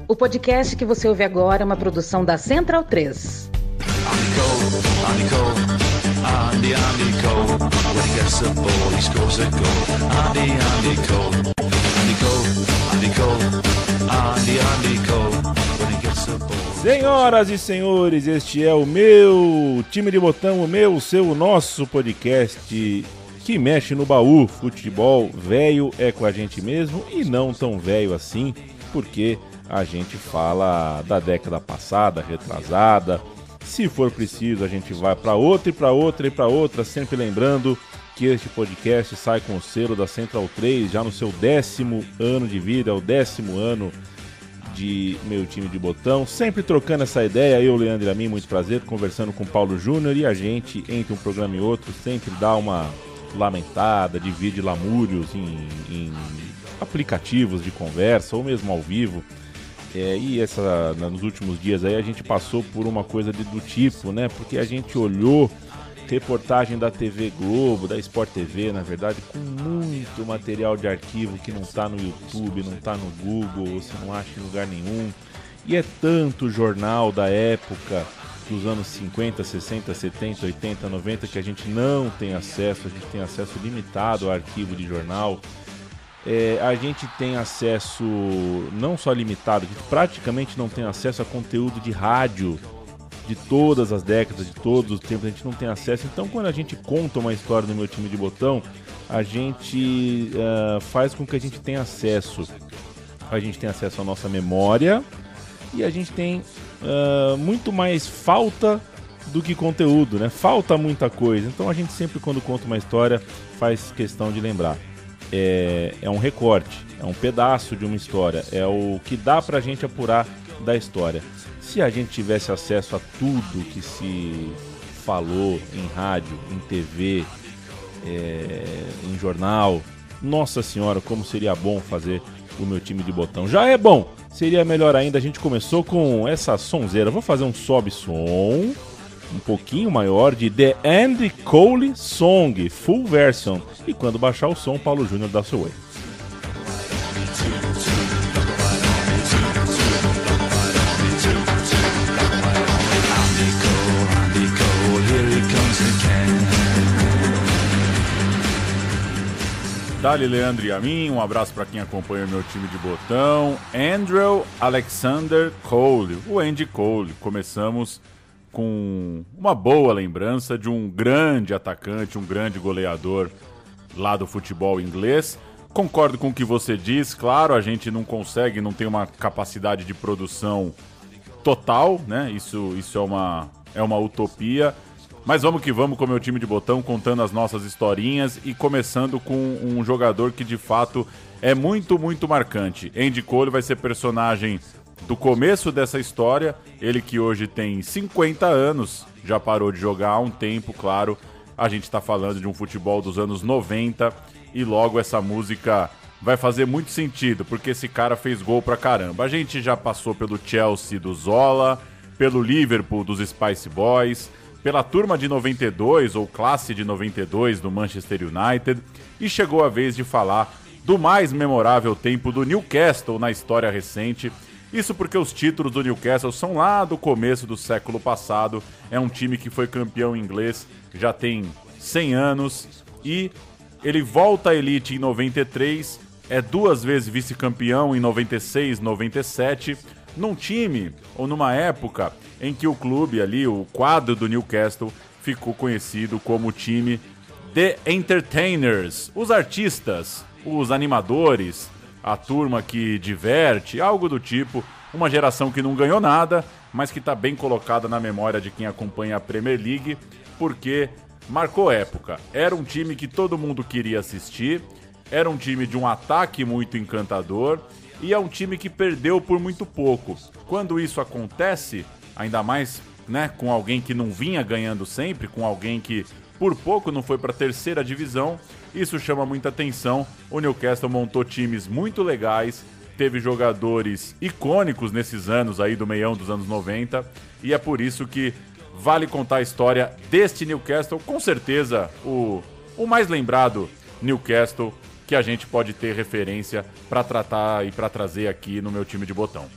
O podcast que você ouve agora é uma produção da Central 3. Senhoras e senhores, este é o meu time de botão, o seu, o nosso podcast que mexe no baú. Futebol velho é com a gente mesmo e não tão velho assim, porque a gente fala da década passada, retrasada. Se for preciso, a gente vai para outra e para outra e para outra, sempre lembrando que este podcast sai com o selo da Central 3, já no seu 10º ano de vida, o 10º ano de meu time de botão, sempre trocando essa ideia, eu, Leandro e a mim, muito prazer, conversando com o Paulo Júnior, e a gente, entre um programa e outro, sempre dá uma lamentada, divide lamúrios em aplicativos de conversa, ou mesmo ao vivo. Nos últimos dias aí a gente passou por uma coisa do tipo, né? Porque a gente olhou reportagem da TV Globo, da Sport TV, na verdade, com muito material de arquivo que não tá no YouTube, não tá no Google, você não acha em lugar nenhum. E é tanto jornal da época, dos anos 50, 60, 70, 80, 90, que a gente não tem acesso, a gente tem acesso limitado ao arquivo de jornal. A gente tem acesso, não só limitado, a gente praticamente não tem acesso a conteúdo de rádio de todas as décadas, de todos os tempos, a gente não tem acesso. Então, quando a gente conta uma história no meu time de botão, a gente faz com que a gente tenha acesso. A gente tem acesso à nossa memória e a gente tem muito mais falta do que conteúdo, né? Falta muita coisa. Então, a gente sempre, quando conta uma história, faz questão de lembrar. É um recorte, é um pedaço de uma história, é o que dá pra gente apurar da história. Se a gente tivesse acesso a tudo que se falou em rádio, em TV, em jornal, nossa senhora, como seria bom fazer o meu time de botão. Já é bom, seria melhor ainda. A gente começou com essa sonzeira. Vou fazer um sobe-som um pouquinho maior de The Andy Cole Song, full version. E quando baixar o som, Paulo Júnior dá seu way. Dali, Leandro e a mim, um abraço para quem acompanha o meu time de botão. Andrew Alexander Cole, o Andy Cole. Começamos com uma boa lembrança de um grande atacante, um grande goleador lá do futebol inglês. Concordo com o que você diz, claro, a gente não consegue, não tem uma capacidade de produção total, né? Isso é uma utopia. Mas vamos que vamos com o meu time de botão, contando as nossas historinhas e começando com um jogador que de fato é muito, muito marcante. Andy Cole vai ser personagem do começo dessa história, ele que hoje tem 50 anos, já parou de jogar há um tempo, claro. A gente está falando de um futebol dos anos 90 e logo essa música vai fazer muito sentido, porque esse cara fez gol pra caramba. A gente já passou pelo Chelsea do Zola, pelo Liverpool dos Spice Boys, pela turma de 92 ou classe de 92 do Manchester United e chegou a vez de falar do mais memorável tempo do Newcastle na história recente. Isso porque os títulos do Newcastle são lá do começo do século passado. É um time que foi campeão inglês, já tem 100 anos e ele volta à elite em 93, é 2 vezes vice-campeão em 96, 97, num time ou numa época em que o clube ali, o quadro do Newcastle, ficou conhecido como o time The Entertainers, os artistas, os animadores, a turma que diverte, algo do tipo. Uma geração que não ganhou nada, mas que está bem colocada na memória de quem acompanha a Premier League, porque marcou época. Era um time que todo mundo queria assistir, era um time de um ataque muito encantador e é um time que perdeu por muito pouco. Quando isso acontece, ainda mais, né, com alguém que não vinha ganhando sempre, com alguém que por pouco não foi para a 3ª divisão, isso chama muita atenção. O Newcastle montou times muito legais, teve jogadores icônicos nesses anos aí do meião dos anos 90, e é por isso que vale contar a história deste Newcastle, com certeza o mais lembrado Newcastle que a gente pode ter referência para tratar e para trazer aqui no meu time de botão.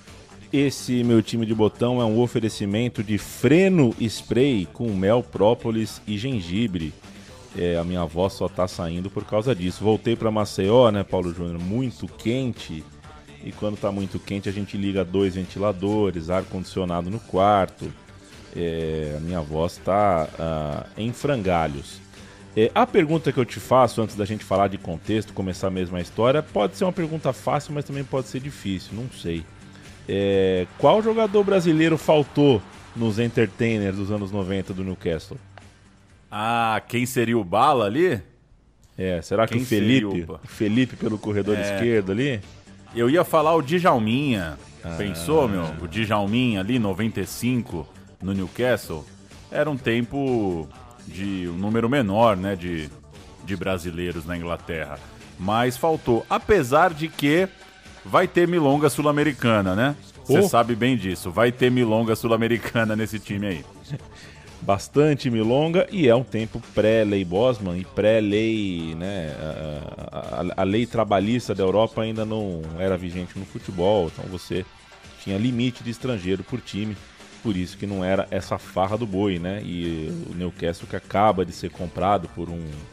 Esse meu time de botão é um oferecimento de Freno Spray com mel, própolis e gengibre. A minha voz só tá saindo por causa disso. Voltei para Maceió, né, Paulo Júnior? Muito quente. E quando tá muito quente a gente liga 2 ventiladores, ar-condicionado no quarto. A minha voz tá em frangalhos. A pergunta que eu te faço antes da gente falar de contexto, começar mesmo a história, pode ser uma pergunta fácil, mas também pode ser difícil, não sei. Qual jogador brasileiro faltou nos entertainers dos anos 90 do Newcastle? Quem seria o Bala ali? Será que o Felipe pelo corredor esquerdo ali? Eu ia falar o Djalminha. Pensou, meu? O Djalminha ali, 95, no Newcastle. Era um tempo de um número menor, né, de brasileiros na Inglaterra. Mas faltou. Apesar de que vai ter milonga sul-americana, né? Você sabe bem disso. Vai ter milonga sul-americana nesse time aí. Bastante milonga, e é um tempo pré-lei Bosman e pré-lei, né? A lei trabalhista da Europa ainda não era vigente no futebol, então você tinha limite de estrangeiro por time, por isso que não era essa farra do boi, né? E o Newcastle, que acaba de ser comprado por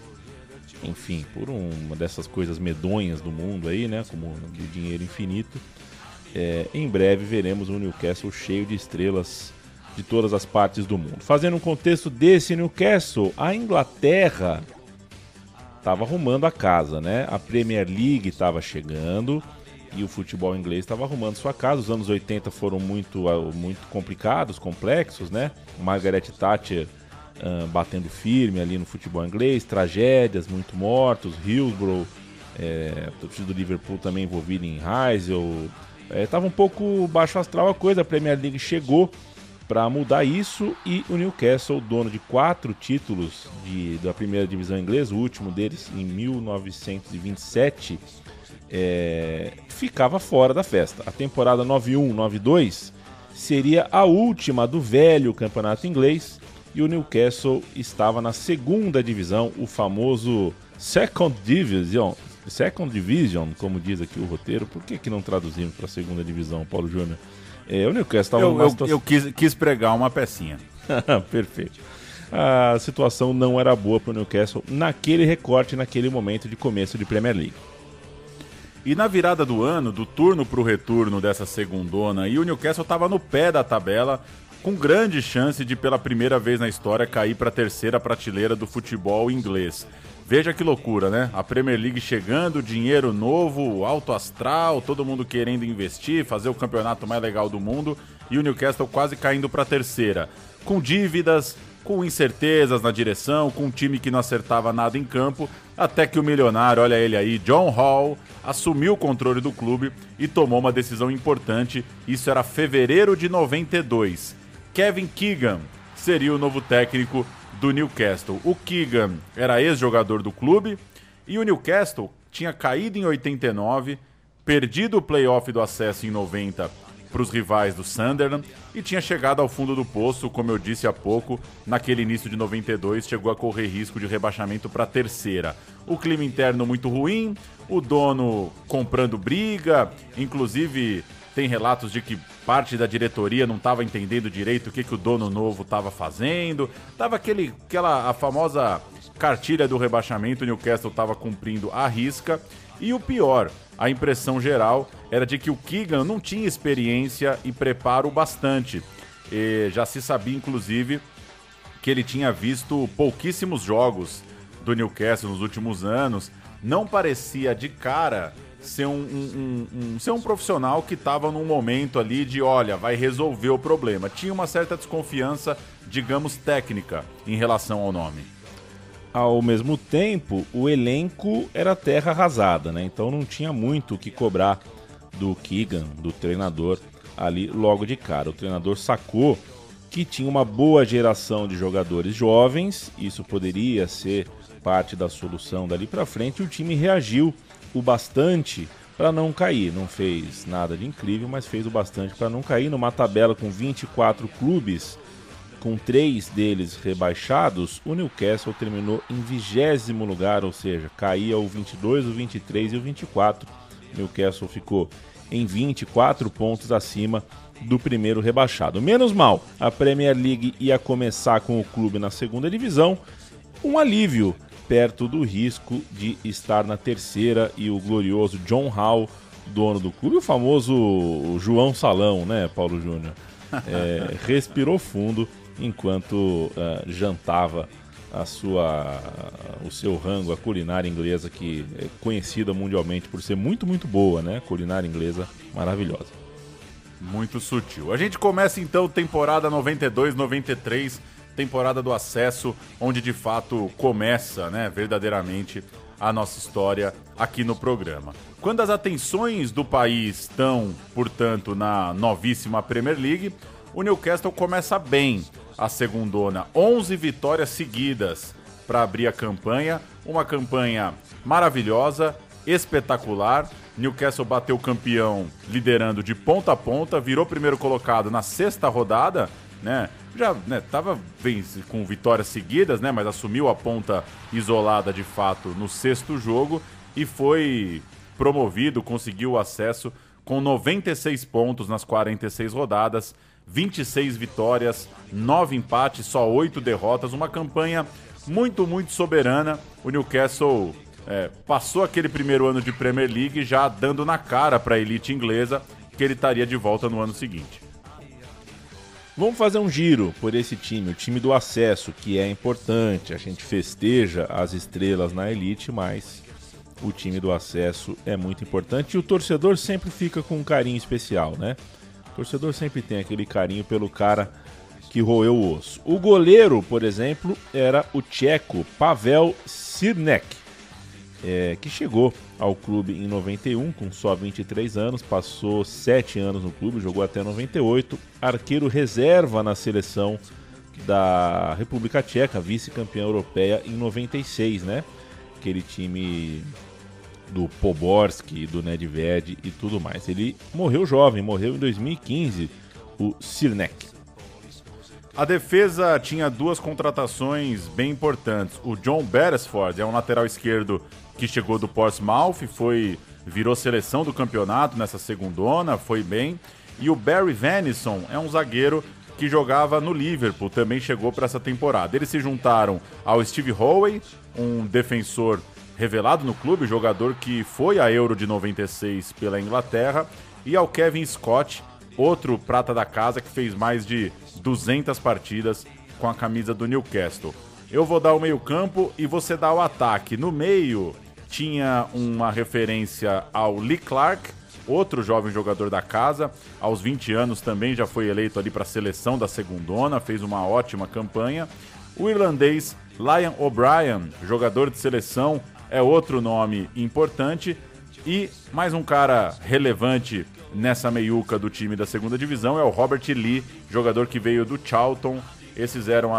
uma dessas coisas medonhas do mundo aí, né? Como o dinheiro infinito. Em breve veremos um Newcastle cheio de estrelas de todas as partes do mundo. Fazendo um contexto desse Newcastle, a Inglaterra estava arrumando a casa, né? A Premier League estava chegando e o futebol inglês estava arrumando sua casa. Os anos 80 foram muito complicados, complexos, né? Margaret Thatcher batendo firme ali no futebol inglês, tragédias, muito mortos, Hillsborough, a torcida do Liverpool também envolvida em Heysel. Estava um pouco baixo astral a coisa, a Premier League chegou para mudar isso, e o Newcastle, dono de 4 títulos da primeira divisão inglesa, o último deles em 1927, ficava fora da festa. A temporada 91-92 seria a última do velho campeonato inglês, e o Newcastle estava na segunda divisão, o famoso Second Division, como diz aqui o roteiro. Por que não traduzimos para a segunda divisão, Paulo Júnior? O Newcastle estava eu quis pregar uma pecinha. Perfeito. A situação não era boa para o Newcastle naquele recorte, naquele momento de começo de Premier League. E na virada do ano, do turno para o retorno dessa segundona, o Newcastle estava no pé da tabela, com grande chance de, pela primeira vez na história, cair para a terceira prateleira do futebol inglês. Veja que loucura, né? A Premier League chegando, dinheiro novo, alto astral, todo mundo querendo investir, fazer o campeonato mais legal do mundo, e o Newcastle quase caindo para a terceira. Com dívidas, com incertezas na direção, com um time que não acertava nada em campo, até que o milionário, olha ele aí, John Hall, assumiu o controle do clube e tomou uma decisão importante. Isso era fevereiro de 92. Kevin Keegan seria o novo técnico do Newcastle. O Keegan era ex-jogador do clube e o Newcastle tinha caído em 89, perdido o play-off do acesso em 90 para os rivais do Sunderland e tinha chegado ao fundo do poço, como eu disse há pouco, naquele início de 92, chegou a correr risco de rebaixamento para a terceira. O clima interno muito ruim, o dono comprando briga, inclusive tem relatos de que parte da diretoria não estava entendendo direito o que o dono novo estava fazendo. Tava a famosa cartilha do rebaixamento, o Newcastle estava cumprindo à risca. E o pior, a impressão geral era de que o Keegan não tinha experiência e preparo bastante. E já se sabia, inclusive, que ele tinha visto pouquíssimos jogos do Newcastle nos últimos anos. Não parecia de cara ser um profissional que estava num momento ali de, olha, vai resolver o problema. Tinha uma certa desconfiança, digamos, técnica em relação ao nome. Ao mesmo tempo, o elenco era terra arrasada, né? Então não tinha muito o que cobrar do Keegan, do treinador, ali logo de cara. O treinador sacou que tinha uma boa geração de jogadores jovens, isso poderia ser parte da solução dali para frente, e o time reagiu o bastante para não cair. Não fez nada de incrível, mas fez o bastante para não cair. Numa tabela com 24 clubes, com 3 deles rebaixados, o Newcastle terminou em 20º lugar, ou seja, caía o 22, o 23 e o 24. O Newcastle ficou em 24 pontos acima do primeiro rebaixado. Menos mal, a Premier League ia começar com o clube na segunda divisão, um alívio perto do risco de estar na terceira, e o glorioso John Hall, dono do clube, o famoso João Salão, né, Paulo Júnior, respirou fundo enquanto jantava o seu rango, a culinária inglesa, que é conhecida mundialmente por ser muito, muito boa, né? Culinária inglesa maravilhosa. Muito sutil. A gente começa então temporada 92-93, temporada do acesso, onde de fato começa, né, verdadeiramente a nossa história aqui no programa. Quando as atenções do país estão, portanto, na novíssima Premier League, o Newcastle começa bem a segundona, 11 vitórias seguidas para abrir a campanha, uma campanha maravilhosa, espetacular. Newcastle bateu o campeão liderando de ponta a ponta, virou primeiro colocado na sexta rodada, né? Já estava com vitórias seguidas, né? Mas assumiu a ponta isolada de fato no sexto jogo e foi promovido, conseguiu o acesso com 96 pontos nas 46 rodadas, 26 vitórias, 9 empates, só 8 derrotas, uma campanha muito, muito soberana. O Newcastle passou aquele primeiro ano de Premier League já dando na cara para a elite inglesa que ele estaria de volta no ano seguinte. Vamos fazer um giro por esse time, o time do acesso, que é importante. A gente festeja as estrelas na elite, mas o time do acesso é muito importante e o torcedor sempre fica com um carinho especial, né? O torcedor sempre tem aquele carinho pelo cara que roeu o osso. O goleiro, por exemplo, era o tcheco Pavel Sirnek, que chegou ao clube em 91 com só 23 anos, passou 7 anos no clube, jogou até 98, arqueiro reserva na seleção da República Tcheca, vice-campeã europeia em 96, né? Aquele time do Poborski, do Nedved e tudo mais. Ele morreu jovem, morreu em 2015, o Sirnek. A defesa tinha duas contratações bem importantes. O John Beresford é um lateral esquerdo que chegou do Portsmouth, virou seleção do campeonato nessa segundona, foi bem. E o Barry Venison é um zagueiro que jogava no Liverpool, também chegou para essa temporada. Eles se juntaram ao Steve Howe, um defensor revelado no clube, jogador que foi à Euro de 96 pela Inglaterra, e ao Kevin Scott, outro prata da casa que fez mais de 200 partidas com a camisa do Newcastle. Eu vou dar o meio-campo e você dá o ataque. No meio tinha uma referência ao Lee Clark, outro jovem jogador da casa, aos 20 anos também já foi eleito ali para a seleção da segundona, fez uma ótima campanha. O irlandês Liam O'Brien, jogador de seleção, é outro nome importante. E mais um cara relevante nessa meiuca do time da segunda divisão é o Robert Lee, jogador que veio do Charlton. Essas eram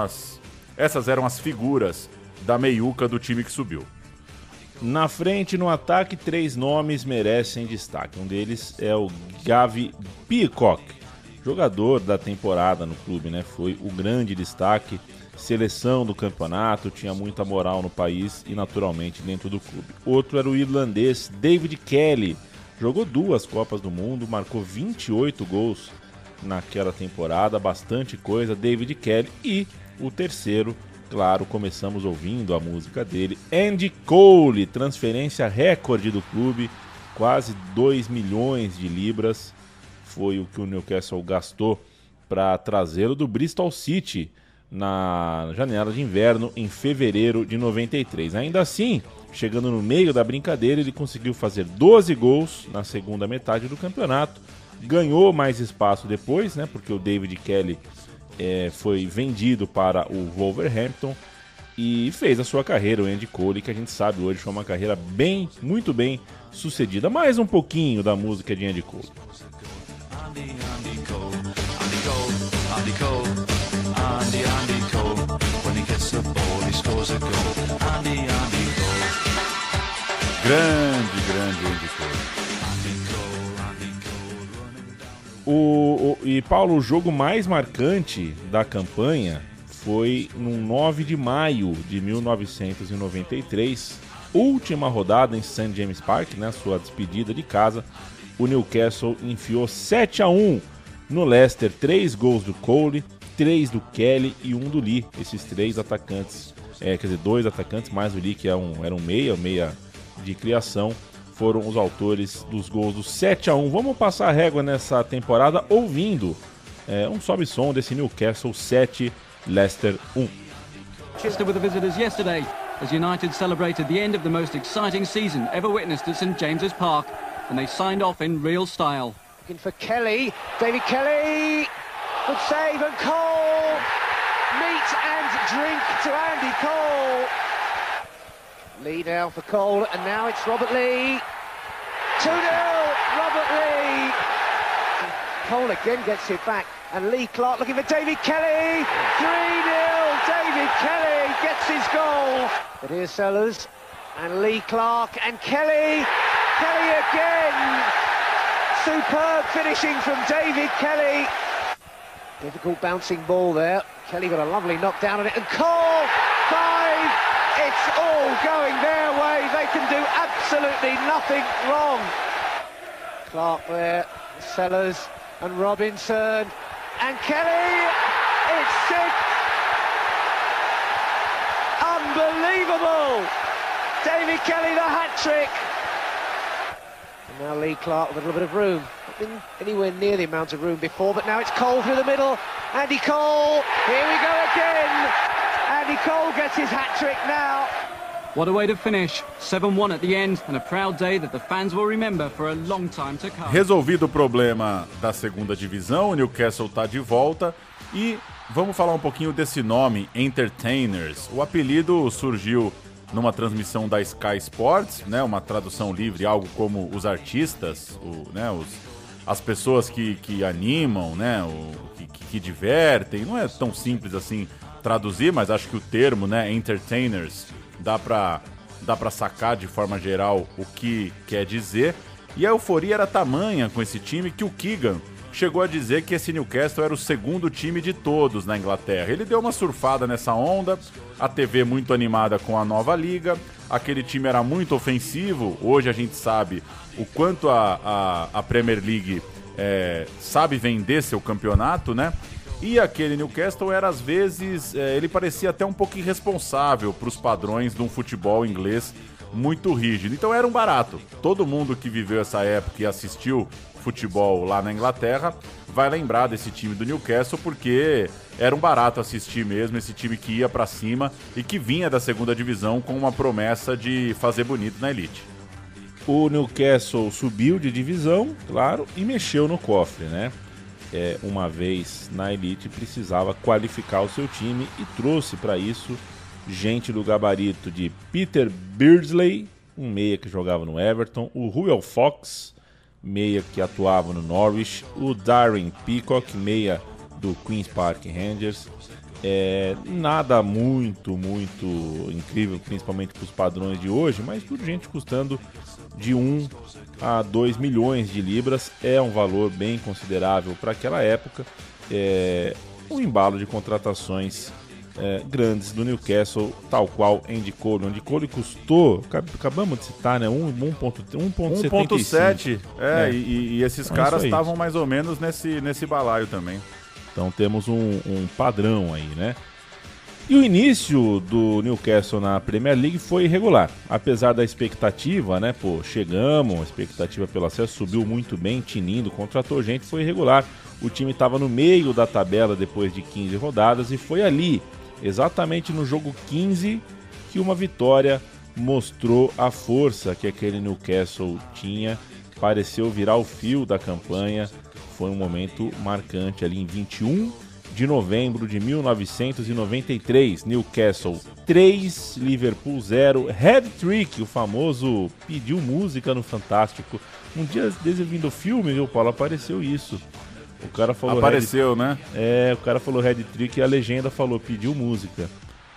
as figuras da meiuca do time que subiu. Na frente, no ataque, 3 nomes merecem destaque. Um deles é o Gavi Peacock, jogador da temporada no clube, né? Foi o grande destaque, seleção do campeonato, tinha muita moral no país e naturalmente dentro do clube. Outro era o irlandês David Kelly, jogou 2 Copas do Mundo, marcou 28 gols naquela temporada, bastante coisa, David Kelly. E o terceiro, claro, começamos ouvindo a música dele, Andy Cole, transferência recorde do clube, quase 2 milhões de libras, foi o que o Newcastle gastou para trazê-lo do Bristol City na janela de inverno em fevereiro de 93. Ainda assim, chegando no meio da brincadeira, ele conseguiu fazer 12 gols na segunda metade do campeonato, ganhou mais espaço depois, né, porque o David Kelly foi vendido para o Wolverhampton e fez a sua carreira, o Andy Cole, que a gente sabe hoje foi uma carreira muito bem sucedida. Mais um pouquinho da música de Andy Cole. Grande Andy Cole. E Paulo, o jogo mais marcante da campanha foi no 9 de maio de 1993, última rodada em St. James Park, né, sua despedida de casa, o Newcastle enfiou 7-1 no Leicester. 3 gols do Cole, 3 do Kelly e 1 do Lee. Esses 3 atacantes, quer dizer, 2 atacantes mais o Lee, que era um meia de criação, foram os autores dos gols do 7-1. Vamos passar a régua nessa temporada ouvindo um sobe-som desse Newcastle 7, Leicester 1. Manchester with the visitors yesterday as United celebrated the end of the most exciting season ever witnessed at St James's Park, and they signed off in real style. Looking for Kelly, David Kelly, good save, and Cole, meat and drink to Andy Cole. Lee now for Cole, and now it's Robert Lee. 2-0, Robert Lee. Cole again gets it back, and Lee Clark looking for David Kelly. 3-0, David Kelly gets his goal. But here's Sellers, and Lee Clark, and Kelly. Kelly again. Superb finishing from David Kelly. Difficult bouncing ball there. Kelly got a lovely knock down on it, and Cole, 5. It's all going their way. They can do absolutely nothing wrong. Clark there, Sellers and Robinson, and Kelly. It's 6. Unbelievable. David Kelly, the hat-trick. And now Lee Clark with a little bit of room. Not been anywhere near the amount of room before, but now it's Cole through the middle. Andy Cole, here we go again. Andy Cole gets his hat-trick now. What a way to finish. 7-1 at the end, and a proud day that the fans will remember for a long time to come. Resolvido o problema da segunda divisão, o Newcastle está de volta e vamos falar um pouquinho desse nome, Entertainers. O apelido surgiu numa transmissão da Sky Sports, né, uma tradução livre, algo como os artistas, as pessoas que animam, né, que divertem. Não é tão simples assim traduzir, mas acho que o termo, né, Entertainers, dá pra sacar de forma geral o que quer dizer. E a euforia era tamanha com esse time que o Keegan chegou a dizer que esse Newcastle era o segundo time de todos na Inglaterra. Ele deu uma surfada nessa onda, a TV muito animada com a nova liga, aquele time era muito ofensivo. Hoje a gente sabe o quanto a Premier League sabe vender seu campeonato, né? E aquele Newcastle era, às vezes, ele parecia até um pouco irresponsável para os padrões de um futebol inglês muito rígido. Então era um barato. Todo mundo que viveu essa época e assistiu futebol lá na Inglaterra vai lembrar desse time do Newcastle, porque era um barato assistir mesmo, esse time que ia para cima e que vinha da segunda divisão com uma promessa de fazer bonito na elite. O Newcastle subiu de divisão, claro, e mexeu no cofre, né? Uma vez na elite precisava qualificar o seu time e trouxe para isso gente do gabarito de Peter Beardsley, um meia que jogava no Everton, o Ruel Fox, meia que atuava no Norwich, o Darren Peacock, meia do Queen's Park Rangers. Nada muito incrível, principalmente para os padrões de hoje, mas tudo gente custando de 1 a 2 milhões de libras. É um valor bem considerável para aquela época. Um embalo de contratações grandes do Newcastle, tal qual Andy Cole. Andy Cole custou, acabamos de citar, né, 1,75. E esses caras estavam mais ou menos nesse balaio também. Então temos um padrão aí, né? E o início do Newcastle na Premier League foi irregular. Apesar da expectativa, né? Chegamos, a expectativa pelo acesso subiu muito bem, tinindo, contratou gente, foi irregular. O time estava no meio da tabela depois de 15 rodadas e foi ali, exatamente no jogo 15, que uma vitória mostrou a força que aquele Newcastle tinha. Pareceu virar o fio da campanha. Foi um momento marcante ali em 21 de novembro de 1993. Newcastle 3, Liverpool 0. Hat-trick, o famoso pediu música no Fantástico. Um dia desde vindo do filme, viu, Paulo? Apareceu isso. O cara falou. Apareceu, né? O cara falou hat-trick e a legenda falou pediu música.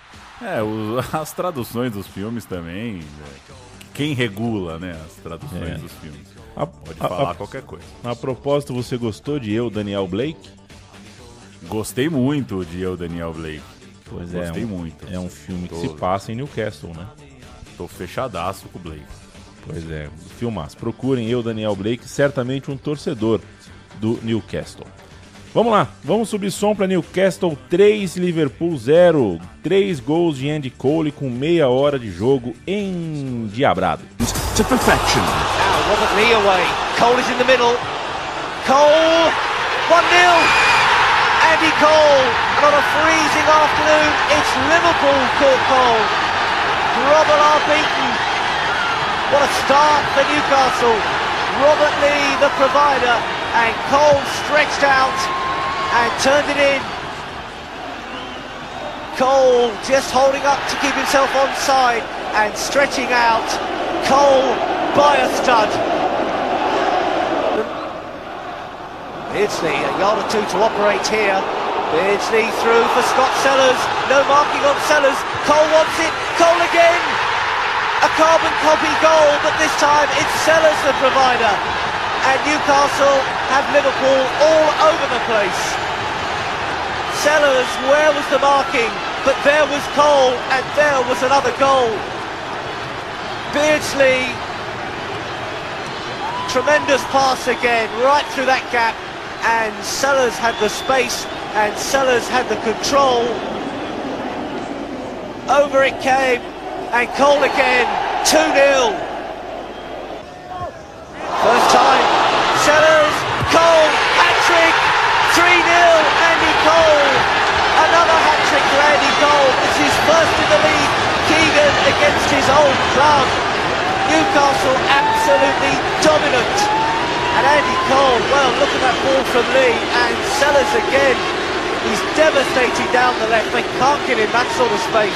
As traduções dos filmes também. Quem regula, né? As traduções dos filmes. Pode falar qualquer coisa. A propósito, você gostou de Eu, Daniel Blake? Gostei muito de Eu, Daniel Blake. Pois Gostei muito. É um filme que se passa em Newcastle, né? Tô fechadaço com o Blake. Pois é, filmaço. Procurem eu, Daniel Blake, certamente um torcedor do Newcastle. Vamos lá, vamos subir som para Newcastle 3, Liverpool 0. 3 gols de Andy Cole com meia hora de jogo endiabrado. To perfection. Now Robert Lee away. Cole is in the middle. Cole 1-0. Andy Cole, and on a freezing afternoon, it's Liverpool caught Cole. Grobbelaar beaten. What a start for Newcastle. Robert Lee, the provider, and Cole stretched out and turned it in. Cole just holding up to keep himself onside and stretching out. Cole by a stud. Beardsley, a yard or two to operate here. Beardsley through for Scott Sellers. No marking on Sellers. Cole wants it. Cole again. A carbon copy goal, but this time it's Sellers the provider. And Newcastle have Liverpool all over the place. Sellers, where was the marking? But there was Cole, and there was another goal. Beardsley, tremendous pass again, right through that gap, and Sellers had the space, and Sellers had the control. Over it came, and Cole again, 2-0. First time, Sellers, Cole, hat-trick, 3-0, Andy Cole. Another hat-trick for Andy Cole. It's his first in the league. Keegan against his old club. Newcastle absolutely dominant. And Andy Cole, well, look at that ball from Lee. And Sellers again. He's devastating down the left. They can't get him that sort of space.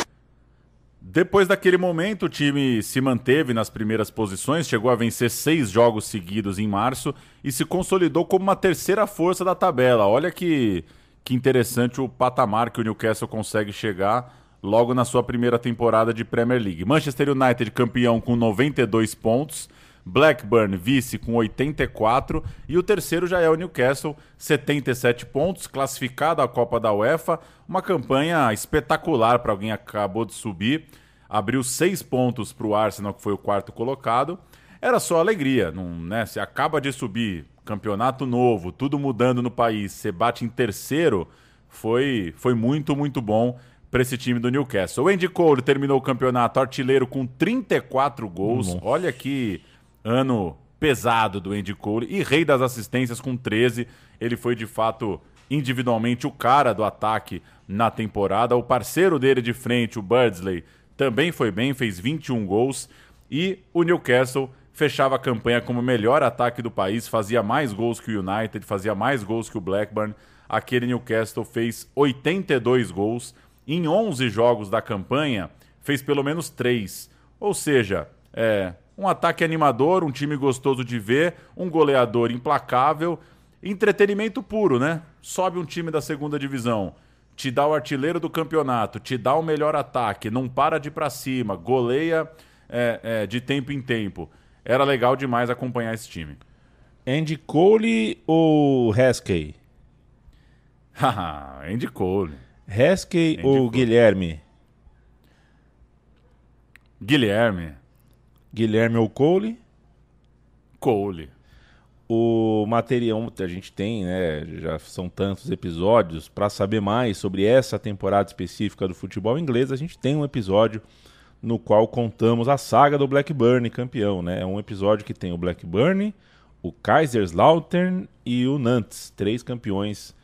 Depois daquele momento, o time se manteve nas primeiras posições, chegou a vencer 6 jogos seguidos em março e se consolidou como uma terceira força da tabela. Olha que interessante o patamar que o Newcastle consegue chegar logo na sua primeira temporada de Premier League. Manchester United campeão com 92 pontos, Blackburn vice com 84 e o terceiro já é o Newcastle, 77 pontos, classificado à Copa da UEFA, uma campanha espetacular para alguém que acabou de subir. Abriu 6 pontos para o Arsenal, que foi o quarto colocado. Era só alegria, não, né? Você acaba de subir, campeonato novo, tudo mudando no país, você bate em terceiro, foi muito, muito bom para esse time do Newcastle. O Andy Cole terminou o campeonato artilheiro com 34 gols. Olha que ano pesado do Andy Cole. E rei das assistências com 13. Ele foi, de fato, individualmente o cara do ataque na temporada. O parceiro dele de frente, o Beardsley, também foi bem, fez 21 gols. E o Newcastle fechava a campanha como o melhor ataque do país, fazia mais gols que o United, fazia mais gols que o Blackburn. Aquele Newcastle fez 82 gols. Em 11 jogos da campanha, fez pelo menos 3. Ou seja, um ataque animador, um time gostoso de ver, um goleador implacável, entretenimento puro, né? Sobe um time da segunda divisão, te dá o artilheiro do campeonato, te dá o melhor ataque, não para de ir pra cima, goleia de tempo em tempo. Era legal demais acompanhar esse time. Andy Cole ou Heskey? Haha, Andy Cole. Heskey ou Guilherme? Guilherme ou Cole? Cole. O material a gente tem, né? Já são tantos episódios. Para saber mais sobre essa temporada específica do futebol inglês, a gente tem um episódio no qual contamos a saga do Blackburn campeão, né? É um episódio que tem o Blackburn, o Kaiserslautern e o Nantes, 3 campeões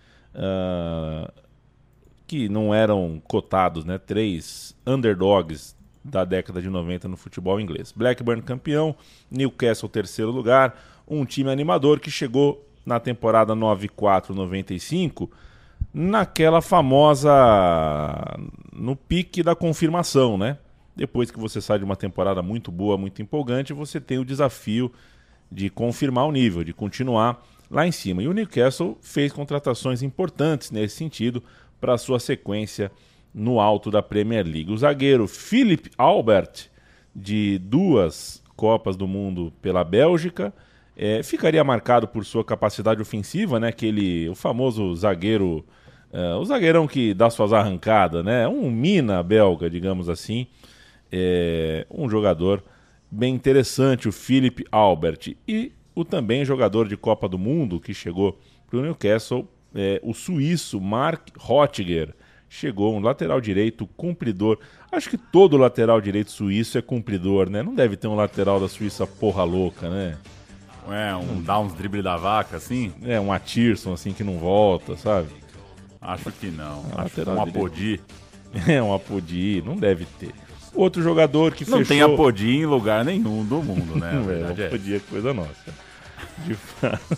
que não eram cotados, né? 3 underdogs da década de 90 no futebol inglês. Blackburn campeão, Newcastle terceiro lugar, um time animador que chegou na temporada 94-95 naquela famosa, no pique da confirmação, né? Depois que você sai de uma temporada muito boa, muito empolgante, você tem o desafio de confirmar o nível, de continuar lá em cima. E o Newcastle fez contratações importantes nesse sentido para a sua sequência no alto da Premier League. O zagueiro Philip Albert, de 2 Copas do Mundo pela Bélgica, ficaria marcado por sua capacidade ofensiva, né? O famoso zagueiro, o zagueirão que dá suas arrancadas, né? Um mina belga, digamos assim. Um jogador bem interessante, o Philipp Albert. E o também jogador de Copa do Mundo que chegou para o Newcastle, o suíço Mark Röttiger. Chegou, um lateral direito cumpridor. Acho que todo lateral direito suíço é cumpridor, né? Não deve ter um lateral da Suíça porra louca, né? Dá uns drible da vaca, assim? Um Atirson, assim, que não volta, sabe? Acho que não. Acho que lateral um Apodi. Um Apodi, não deve ter. Outro jogador que não fechou... tem Apodi em lugar nenhum do mundo, né? A verdade Apodi é coisa nossa. De fato.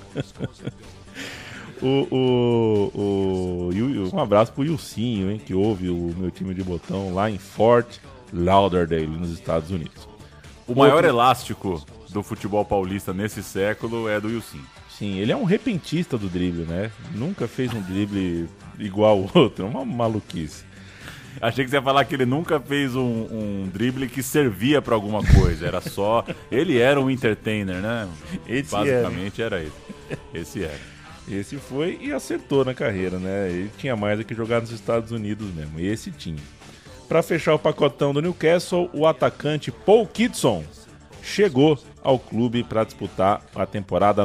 Um abraço pro Ilcinho, hein, que ouve o meu time de botão lá em Fort Lauderdale, nos Estados Unidos. O maior elástico do futebol paulista nesse século é do Ilcinho. Sim, ele é um repentista do drible, né? Nunca fez um drible igual ao outro, uma maluquice. Achei que você ia falar que ele nunca fez um drible que servia pra alguma coisa. Era só... Ele era um entertainer, né? Basicamente era ele. Esse era. Esse foi e acertou na carreira, né? Ele tinha mais do que jogar nos Estados Unidos mesmo. Esse tinha. Para fechar o pacotão do Newcastle, o atacante Paul Kitson chegou ao clube para disputar a temporada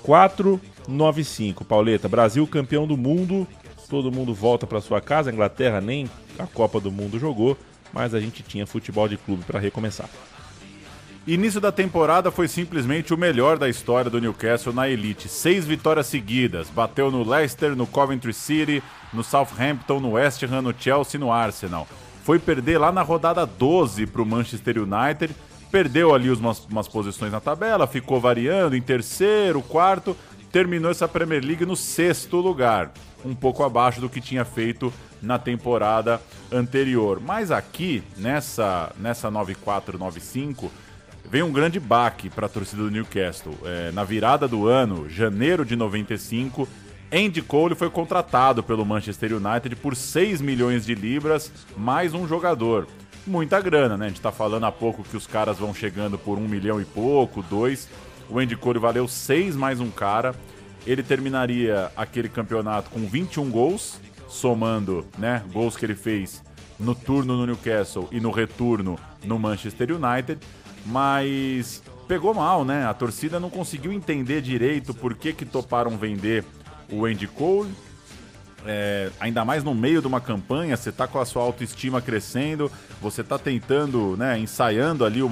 94-95. Pauleta, Brasil campeão do mundo, todo mundo volta para sua casa. A Inglaterra nem a Copa do Mundo jogou, mas a gente tinha futebol de clube para recomeçar. Início da temporada foi simplesmente o melhor da história do Newcastle na Elite. 6 vitórias seguidas. Bateu no Leicester, no Coventry City, no Southampton, no West Ham, no Chelsea e no Arsenal. Foi perder lá na rodada 12 para o Manchester United. Perdeu ali umas posições na tabela, ficou variando em terceiro, quarto. Terminou essa Premier League no 6º lugar. Um pouco abaixo do que tinha feito na temporada anterior. Mas aqui, nessa 94-95... vem um grande baque para a torcida do Newcastle. Na virada do ano, janeiro de 95, Andy Cole foi contratado pelo Manchester United por 6 milhões de libras, mais um jogador. Muita grana, né? A gente está falando há pouco que os caras vão chegando por 1 milhão e pouco, 2. O Andy Cole valeu 6 mais um cara. Ele terminaria aquele campeonato com 21 gols, somando, né, gols que ele fez no turno no Newcastle e no retorno no Manchester United. Mas pegou mal, né? A torcida não conseguiu entender direito por que toparam vender o Andy Cole. Ainda mais no meio de uma campanha, você tá com a sua autoestima crescendo, você tá tentando, né, ensaiando ali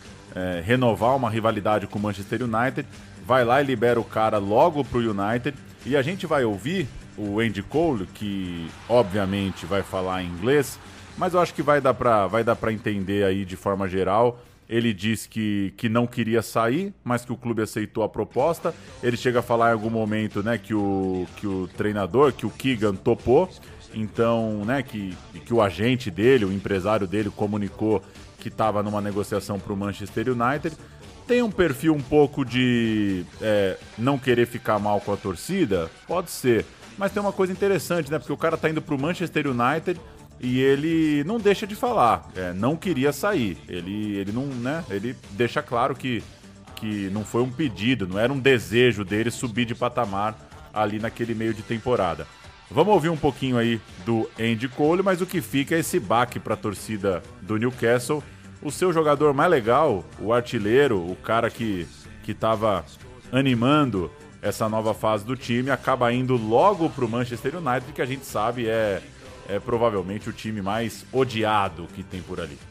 renovar uma rivalidade com o Manchester United. Vai lá e libera o cara logo pro United. E a gente vai ouvir o Andy Cole, que obviamente vai falar em inglês, mas eu acho que vai dar pra entender aí de forma geral. Ele diz que não queria sair, mas que o clube aceitou a proposta. Ele chega a falar em algum momento, né, que o treinador, que o Keegan topou. Então, né, que o agente dele, o empresário dele, comunicou que estava numa negociação para o Manchester United. Tem um perfil um pouco de não querer ficar mal com a torcida? Pode ser. Mas tem uma coisa interessante, né? Porque o cara tá indo para o Manchester United... e ele não deixa de falar, não queria sair. Ele não, né? Ele deixa claro que não foi um pedido, não era um desejo dele subir de patamar ali naquele meio de temporada. Vamos ouvir um pouquinho aí do Andy Cole, mas o que fica é esse baque para a torcida do Newcastle. O seu jogador mais legal, o artilheiro, o cara que estava animando essa nova fase do time, acaba indo logo para o Manchester United, que a gente sabe é provavelmente o time mais odiado que tem por ali.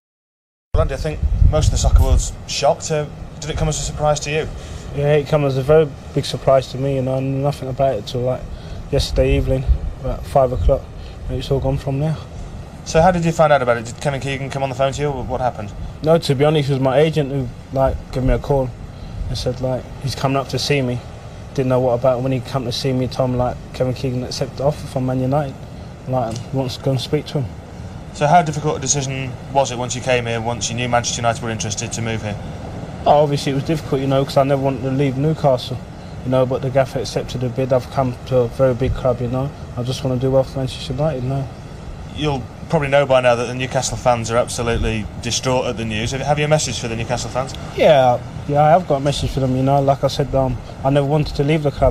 Andy, I think most of the soccer world's shocked. Did it come as a surprise to you? Yeah, it came as a very big surprise to me. I knew nothing about it till like yesterday evening, about 5 o'clock, and it's all gone from there. So how did you find out about it? Did Kevin Keegan come on the phone to you? What happened? No, to be honest, it was my agent who gave me a call and said he's coming up to see me. Didn't know what about it. When he came to see me, told me Kevin Keegan accepted the offer from Man United. Wants to go and speak to him. So how difficult a decision was it once you came here, once you knew Manchester United were interested to move here? Oh, obviously it was difficult, because I never wanted to leave Newcastle, but the gaffer accepted the bid. I've come to a very big club, I just want to do well for Manchester United now. You'll probably know by now that the Newcastle fans are absolutely distraught at the news. Have you a message for the Newcastle fans? Yeah, I have got a message for them, Like I said, I never wanted to leave the club,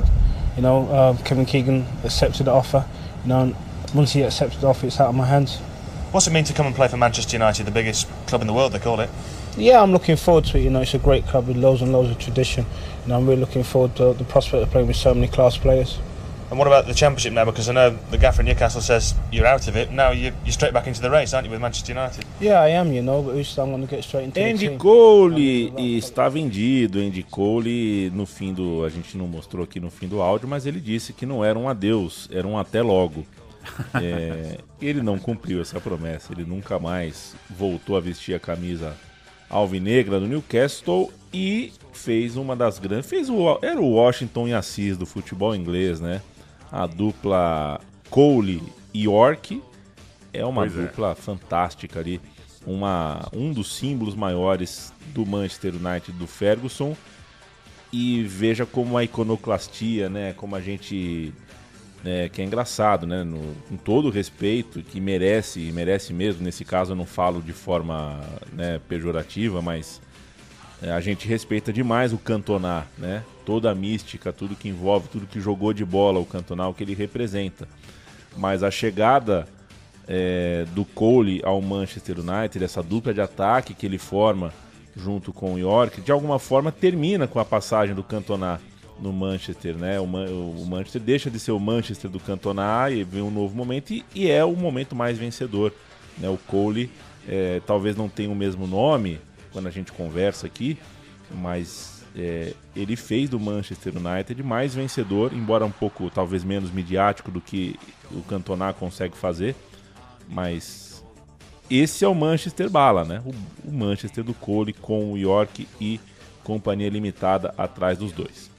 Kevin Keegan accepted the offer, and once he accepted the offer, it's out of my hands. What's it mean to come and play for Manchester United, the biggest club in the world, they call it? Yeah, I'm looking forward to it. You know, it's a great club with loads and loads of tradition. And I'm really looking forward to the prospect of playing with so many class players. And what about the Championship now? Because I know the gaffer in Newcastle says you're out of it. Now you're straight back into the race, aren't you, with Manchester United? Yeah, I am, you know, but I'm going to get straight into Andy the team. Cole está vendido. Andy Cole, no fim do... A gente não mostrou aqui no fim do áudio, mas ele disse que não era um adeus, era um até logo. Ele não cumpriu essa promessa. Ele nunca mais voltou a vestir a camisa alvinegra do Newcastle e fez uma das grandes... Era o Washington e Assis do futebol inglês, né? A dupla Cole e York é uma dupla fantástica ali. Um dos símbolos maiores do Manchester United do Ferguson. E veja como a iconoclastia, né? Como a gente... que é engraçado, né? Com todo o respeito que merece mesmo. Nesse caso eu não falo de forma, né, pejorativa, mas a gente respeita demais o Cantona, né? Toda a mística, tudo que envolve, tudo que jogou de bola o Cantona, o que ele representa. Mas a chegada do Cole ao Manchester United, essa dupla de ataque que ele forma junto com o York, de alguma forma termina com a passagem do Cantona no Manchester, né? O Manchester deixa de ser o Manchester do Cantona e vem um novo momento e é o momento mais vencedor, né? O Cole talvez não tenha o mesmo nome quando a gente conversa aqui, mas ele fez do Manchester United mais vencedor, embora um pouco talvez menos midiático do que o Cantona consegue fazer, mas esse é o Manchester bala, né? O Manchester do Cole com o York e companhia limitada atrás dos dois.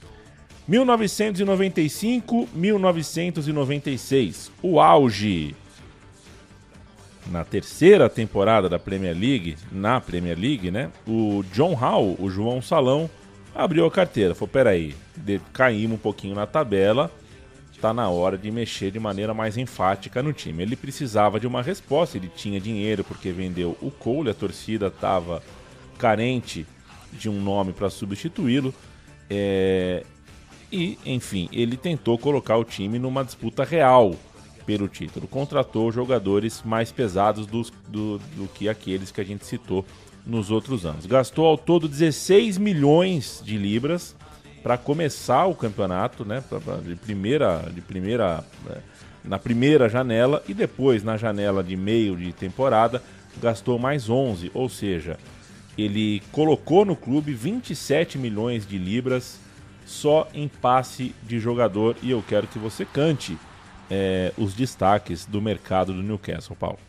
1995, 1996, o auge. Na terceira temporada da Premier League, né? O John Hall, o João Salão, abriu a carteira. Falou, peraí, caímos um pouquinho na tabela, tá na hora de mexer de maneira mais enfática no time. Ele precisava de uma resposta, ele tinha dinheiro porque vendeu o Cole, a torcida estava carente de um nome para substituí-lo. E, enfim, ele tentou colocar o time numa disputa real pelo título. Contratou jogadores mais pesados do que aqueles que a gente citou nos outros anos. Gastou ao todo 16 milhões de libras para começar o campeonato, né? Na primeira janela, e depois na janela de meio de temporada gastou mais 11, ou seja, ele colocou no clube 27 milhões de libras só em passe de jogador, e eu quero que você cante os destaques do mercado do Newcastle, Paulo.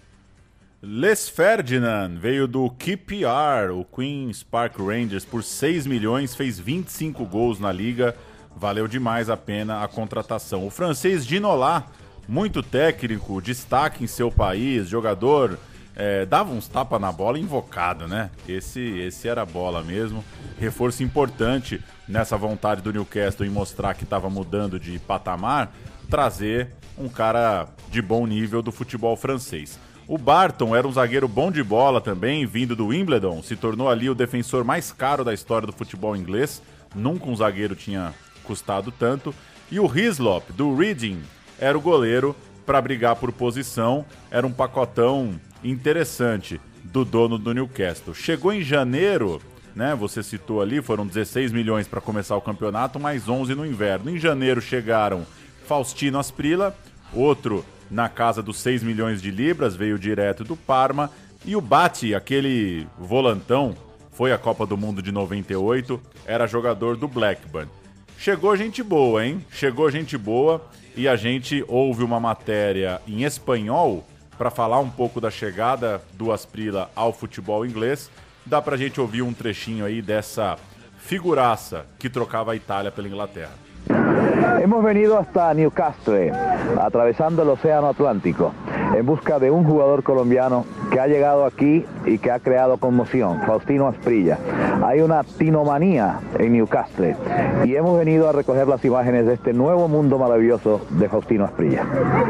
Les Ferdinand veio do QPR, o Queen's Park Rangers, por 6 milhões, fez 25 gols na liga, valeu demais a pena a contratação. O francês Ginola, muito técnico, destaque em seu país, jogador, dava uns tapas na bola invocado, né? Esse era a bola mesmo. Reforço importante nessa vontade do Newcastle em mostrar que estava mudando de patamar, trazer um cara de bom nível do futebol francês. O Barton era um zagueiro bom de bola também, vindo do Wimbledon, se tornou ali o defensor mais caro da história do futebol inglês, nunca um zagueiro tinha custado tanto. E o Hislop, do Reading, era o goleiro para brigar por posição, era um pacotão interessante do dono do Newcastle. Chegou em janeiro, né? Você citou ali, foram 16 milhões para começar o campeonato, mais 11 no inverno. Em janeiro chegaram Faustino Asprilla, outro na casa dos 6 milhões de libras, veio direto do Parma, e o Bati, aquele volantão, foi à Copa do Mundo de 98, era jogador do Blackburn. Chegou gente boa, hein? Chegou gente boa, e a gente ouve uma matéria em espanhol para falar um pouco da chegada do Asprilla ao futebol inglês. Dá pra gente ouvir um trechinho aí dessa figuraça que trocava a Itália pela Inglaterra. Hemos venido hasta Newcastle, atravesando el Océano Atlántico, en busca de un jugador colombiano que ha llegado aquí y que ha creado conmoción, Faustino Asprilla. Hay una tinomanía en Newcastle y hemos venido a recoger las imágenes de este nuevo mundo maravilloso de Faustino Asprilla.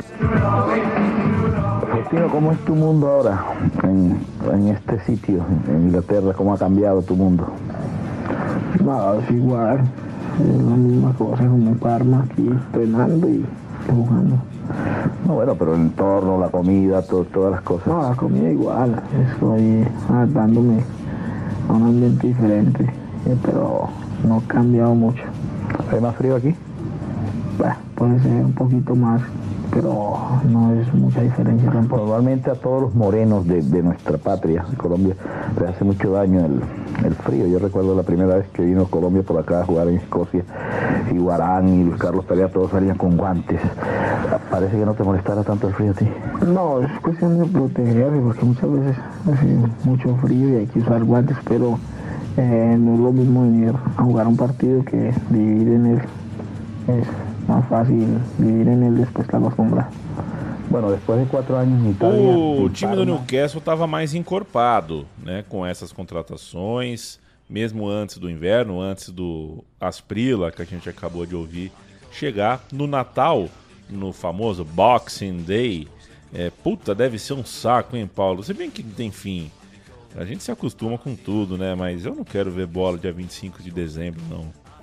Faustino, ¿cómo es tu mundo ahora en este sitio, en Inglaterra? ¿Cómo ha cambiado tu mundo? Nada, es igual. Es la misma cosa como Parma, aquí entrenando y jugando. No, bueno, pero el entorno, la comida, todas las cosas. No, la comida igual, estoy adaptándome un ambiente diferente, pero no ha cambiado mucho. ¿Hay más frío aquí? Bueno, puede ser un poquito más, pero no es mucha diferencia tampoco. Normalmente a todos los morenos de nuestra patria, de Colombia, les hace mucho daño el frío. Yo recuerdo la primera vez que vino Colombia por acá a jugar en Escocia, y Guarán y Luis Carlos Perea, todos salían con guantes. Parece que no te molestara tanto el frío a ti. No, es cuestión de protegerse, porque muchas veces hace mucho frío y hay que usar guantes, pero no es lo mismo venir a jugar un partido que vivir en él. Es más fácil vivir en él, después te acostumbras. Bueno, depois de 4 anos em Itália... O time do Newcastle estava mais encorpado, né, com essas contratações, mesmo antes do inverno, antes do Asprilla, que a gente acabou de ouvir, chegar no Natal, no famoso Boxing Day. Puta, deve ser um saco, hein, Paulo? Você bem que não tem fim. A gente se acostuma com tudo, né, mas eu não quero ver bola dia 25 de dezembro, não.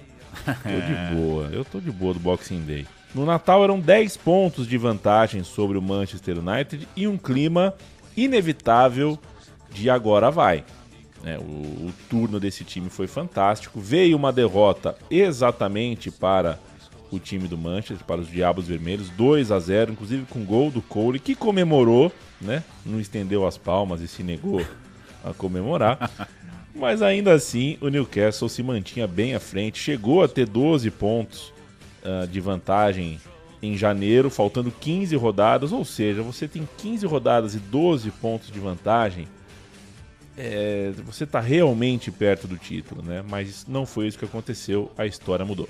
Eu tô de boa do Boxing Day. No Natal eram 10 pontos de vantagem sobre o Manchester United e um clima inevitável de agora vai. O turno desse time foi fantástico. Veio uma derrota exatamente para o time do Manchester, para os Diabos Vermelhos, 2-0, inclusive com gol do Cole, que comemorou, né? Não estendeu as palmas e se negou a comemorar. Mas ainda assim, o Newcastle se mantinha bem à frente, chegou a ter 12 pontos de vantagem em janeiro, faltando 15 rodadas, ou seja, você tem 15 rodadas e 12 pontos de vantagem, você está realmente perto do título, né? Mas não foi isso que aconteceu, a história mudou.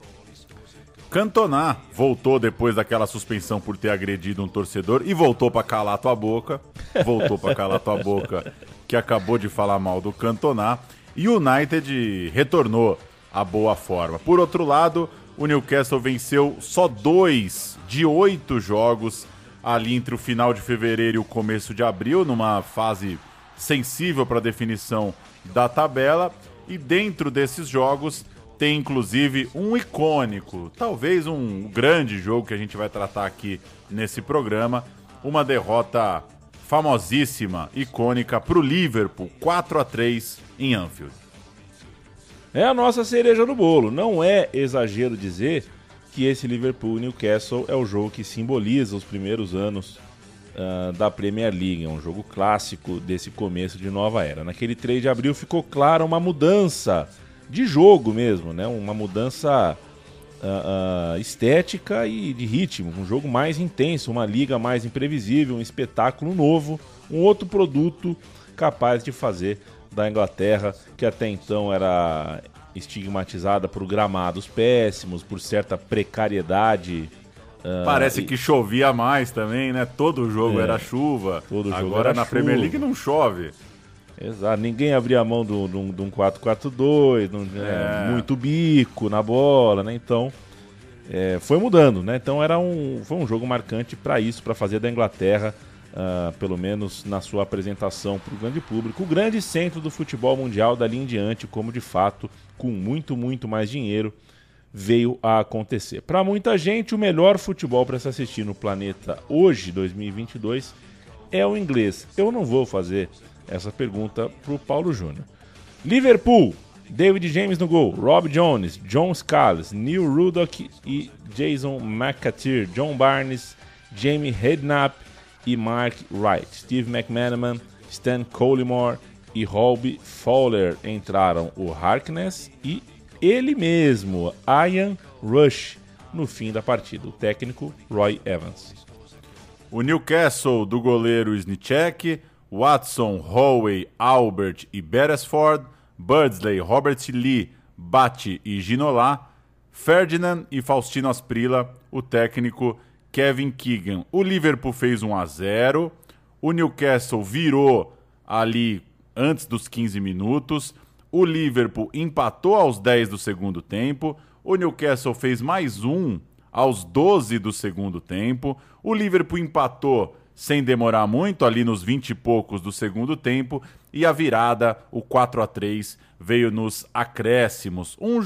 Cantona voltou depois daquela suspensão por ter agredido um torcedor e voltou para calar tua boca. Voltou para calar tua boca, que acabou de falar mal do Cantona. E o United retornou à boa forma. Por outro lado, o Newcastle venceu só 2 de 8 jogos ali entre o final de fevereiro e o começo de abril, numa fase sensível para a definição da tabela. E dentro desses jogos tem inclusive um icônico, talvez um grande jogo que a gente vai tratar aqui nesse programa, uma derrota famosíssima, icônica para o Liverpool, 4-3 em Anfield. É a nossa cereja no bolo. Não é exagero dizer que esse Liverpool-Newcastle é o jogo que simboliza os primeiros anos da Premier League. É um jogo clássico desse começo de nova era. Naquele 3 de abril ficou clara uma mudança de jogo mesmo, né? Uma mudança estética e de ritmo. Um jogo mais intenso, uma liga mais imprevisível, um espetáculo novo, um outro produto capaz de fazer da Inglaterra, que até então era estigmatizada por gramados péssimos, por certa precariedade. Parece que chovia mais também, né? Todo jogo era chuva. Agora na Premier League não chove. Exato, ninguém abria a mão de um 4-4-2, muito bico na bola, né? Então foi mudando, né? Então foi um jogo marcante para isso, para fazer da Inglaterra, pelo menos na sua apresentação para o grande público, o grande centro do futebol mundial dali em diante, como de fato, com muito, muito mais dinheiro, veio a acontecer. Para muita gente, o melhor futebol para se assistir no planeta hoje, 2022, é o inglês. Eu não vou fazer essa pergunta para o Paulo Júnior. Liverpool, David James no gol, Rob Jones, John Scales, Neil Ruddock e Jason McAteer, John Barnes, Jamie Redknapp e Mark Wright. Steve McManaman, Stan Collymore e Robbie Fowler entraram. O Harkness e ele mesmo, Ian Rush, no fim da partida. O técnico, Roy Evans. O Newcastle do goleiro Snichek, Watson, Howe, Albert e Beresford, Beardsley, Robert Lee, Batty e Ginola, Ferdinand e Faustino Asprilla, o técnico Kevin Keegan. O Liverpool fez 1-0, o Newcastle virou ali antes dos 15 minutos, o Liverpool empatou aos 10 do segundo tempo, o Newcastle fez mais um aos 12 do segundo tempo, o Liverpool empatou sem demorar muito, ali nos 20 e poucos do segundo tempo, e a virada, o 4-3, veio nos acréscimos. Um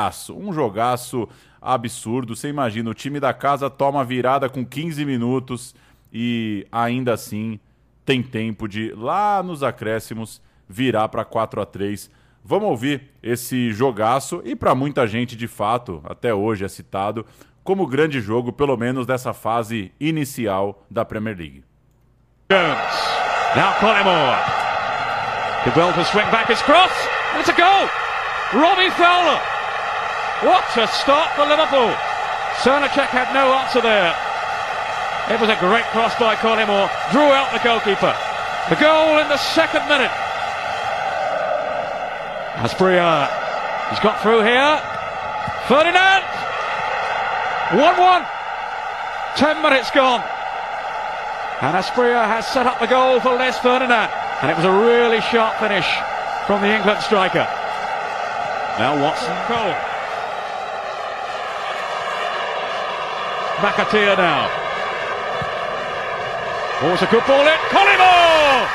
jogaço absurdo. Você imagina, o time da casa toma a virada com 15 minutos e ainda assim tem tempo de, lá nos acréscimos, virar para 4-3. Vamos ouvir esse jogaço e para muita gente, de fato, até hoje é citado como grande jogo, pelo menos dessa fase inicial da Premier League. Jones, now Collymore. Could well to swing back his cross, and it's a goal! Robbie Fowler! What a start for Liverpool! Cernacek had no answer there. It was a great cross by Collymore, drew out the goalkeeper. The goal in the second minute. Asprilla, he's got through here. Ferdinand! 1-1. 10 minutes gone. And Asprilla has set up the goal for Les Ferdinand. And it was a really sharp finish from the England striker. Now Watson Cole. McAteer now. Oh, it's a good ball in. Collymore!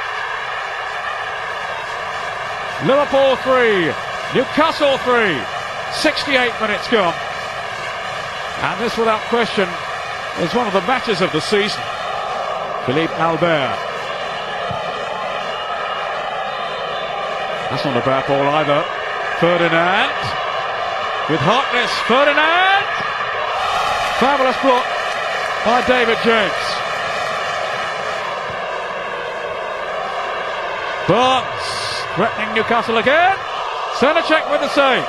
Liverpool 3, Newcastle 3, 68 minutes gone. And this, without question, is one of the matches of the season. Philippe Albert. That's not a bad ball either. Ferdinand. With Harkness. Ferdinand. Fabulous block by David James. Barnes threatening Newcastle again. Cernacek with the save.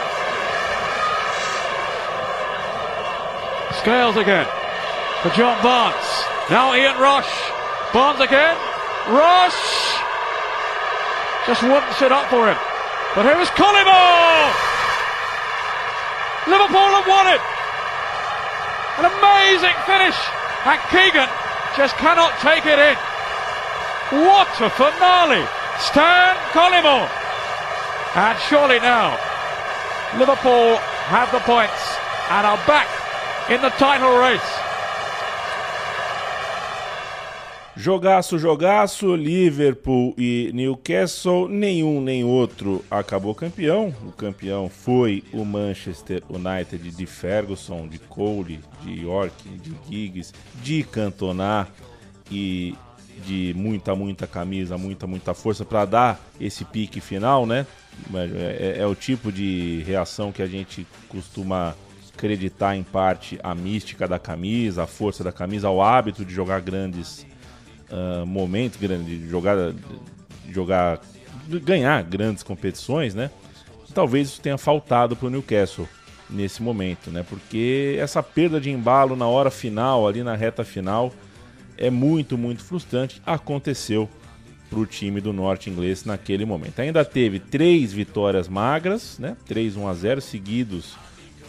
Scales again for John Barnes. Now Ian Rush. Barnes again. Rush just wouldn't sit up for him. But here is Collymore. Liverpool have won it. An amazing finish. And Keegan just cannot take it in. What a finale. Stan Collymore. And surely now Liverpool have the points and are back in the title race. Jogaço, jogaço, Liverpool e Newcastle, nenhum nem outro acabou campeão. O campeão foi o Manchester United de Ferguson, de Cole, de York, de Giggs, de Cantona e de muita camisa, muita força para dar esse pique final, né? É o tipo de reação que a gente costuma acreditar em parte a mística da camisa, a força da camisa, o hábito de jogar grandes momentos, de jogar, ganhar grandes competições, né? Talvez isso tenha faltado para o Newcastle nesse momento, né? Porque essa perda de embalo na hora final, ali na reta final, é muito frustrante. Aconteceu para o time do norte inglês naquele momento. Ainda teve 3 vitórias magras, né? 3-1-0 seguidos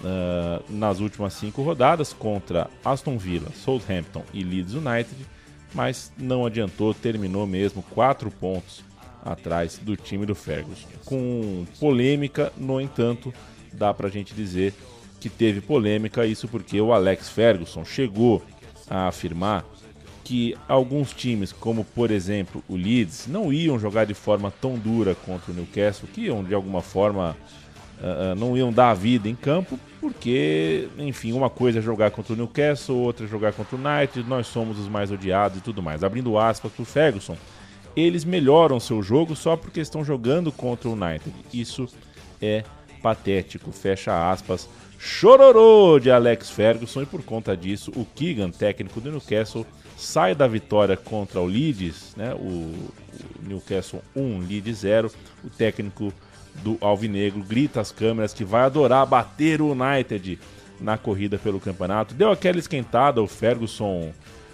nas últimas 5 rodadas contra Aston Villa, Southampton e Leeds United, mas não adiantou, terminou mesmo 4 pontos atrás do time do Ferguson. Com polêmica, no entanto, dá pra gente dizer que teve polêmica, isso porque o Alex Ferguson chegou a afirmar que alguns times, como por exemplo o Leeds, não iam jogar de forma tão dura contra o Newcastle, que iam de alguma forma não iam dar a vida em campo, porque, enfim, uma coisa é jogar contra o Newcastle, outra é jogar contra o United, nós somos os mais odiados e tudo mais. Abrindo aspas para o Ferguson, eles melhoram seu jogo só porque estão jogando contra o United. Isso é patético, fecha aspas, chororô de Alex Ferguson, e por conta disso o Keegan, técnico do Newcastle, sai da vitória contra o Leeds, né? O Newcastle 1, Leeds 0, o técnico do Alvinegro grita às câmeras que vai adorar bater o United na corrida pelo campeonato. Deu aquela esquentada, o Ferguson,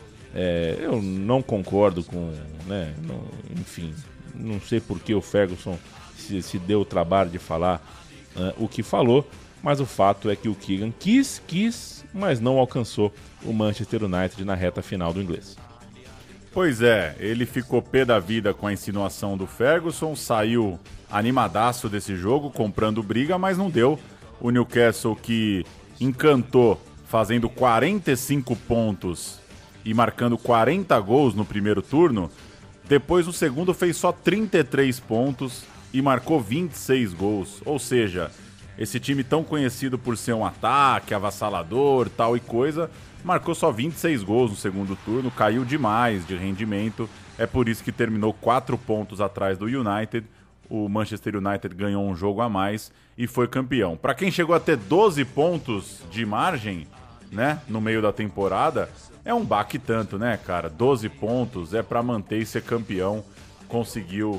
eu não concordo com, né, enfim, não sei por que o Ferguson se deu o trabalho de falar o que falou, mas o fato é que o Keegan quis, mas não alcançou o Manchester United na reta final do inglês. Pois é, ele ficou pé da vida com a insinuação do Ferguson, saiu animadaço desse jogo, comprando briga, mas não deu. O Newcastle, que encantou fazendo 45 pontos e marcando 40 gols no primeiro turno, depois no segundo fez só 33 pontos e marcou 26 gols. Ou seja, Esse time tão conhecido por ser um ataque, avassalador, tal e coisa, marcou só 26 gols no segundo turno, caiu demais de rendimento. É por isso que terminou 4 pontos atrás do United. O Manchester United ganhou um jogo a mais e foi campeão. Para quem chegou a ter 12 pontos de margem, né, no meio da temporada, é um baque tanto, né, cara? 12 pontos é para manter e ser campeão. Conseguiu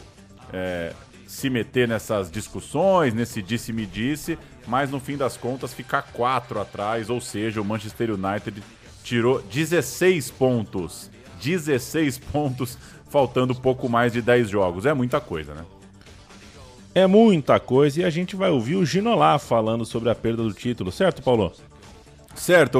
se meter nessas discussões, nesse disse-me-disse, mas no fim das contas ficar 4 atrás, ou seja, o Manchester United tirou 16 pontos. 16 pontos, faltando pouco mais de 10 jogos. É muita coisa, né? É muita coisa e a gente vai ouvir o Ginola falando sobre a perda do título, certo, Paulo? Certo,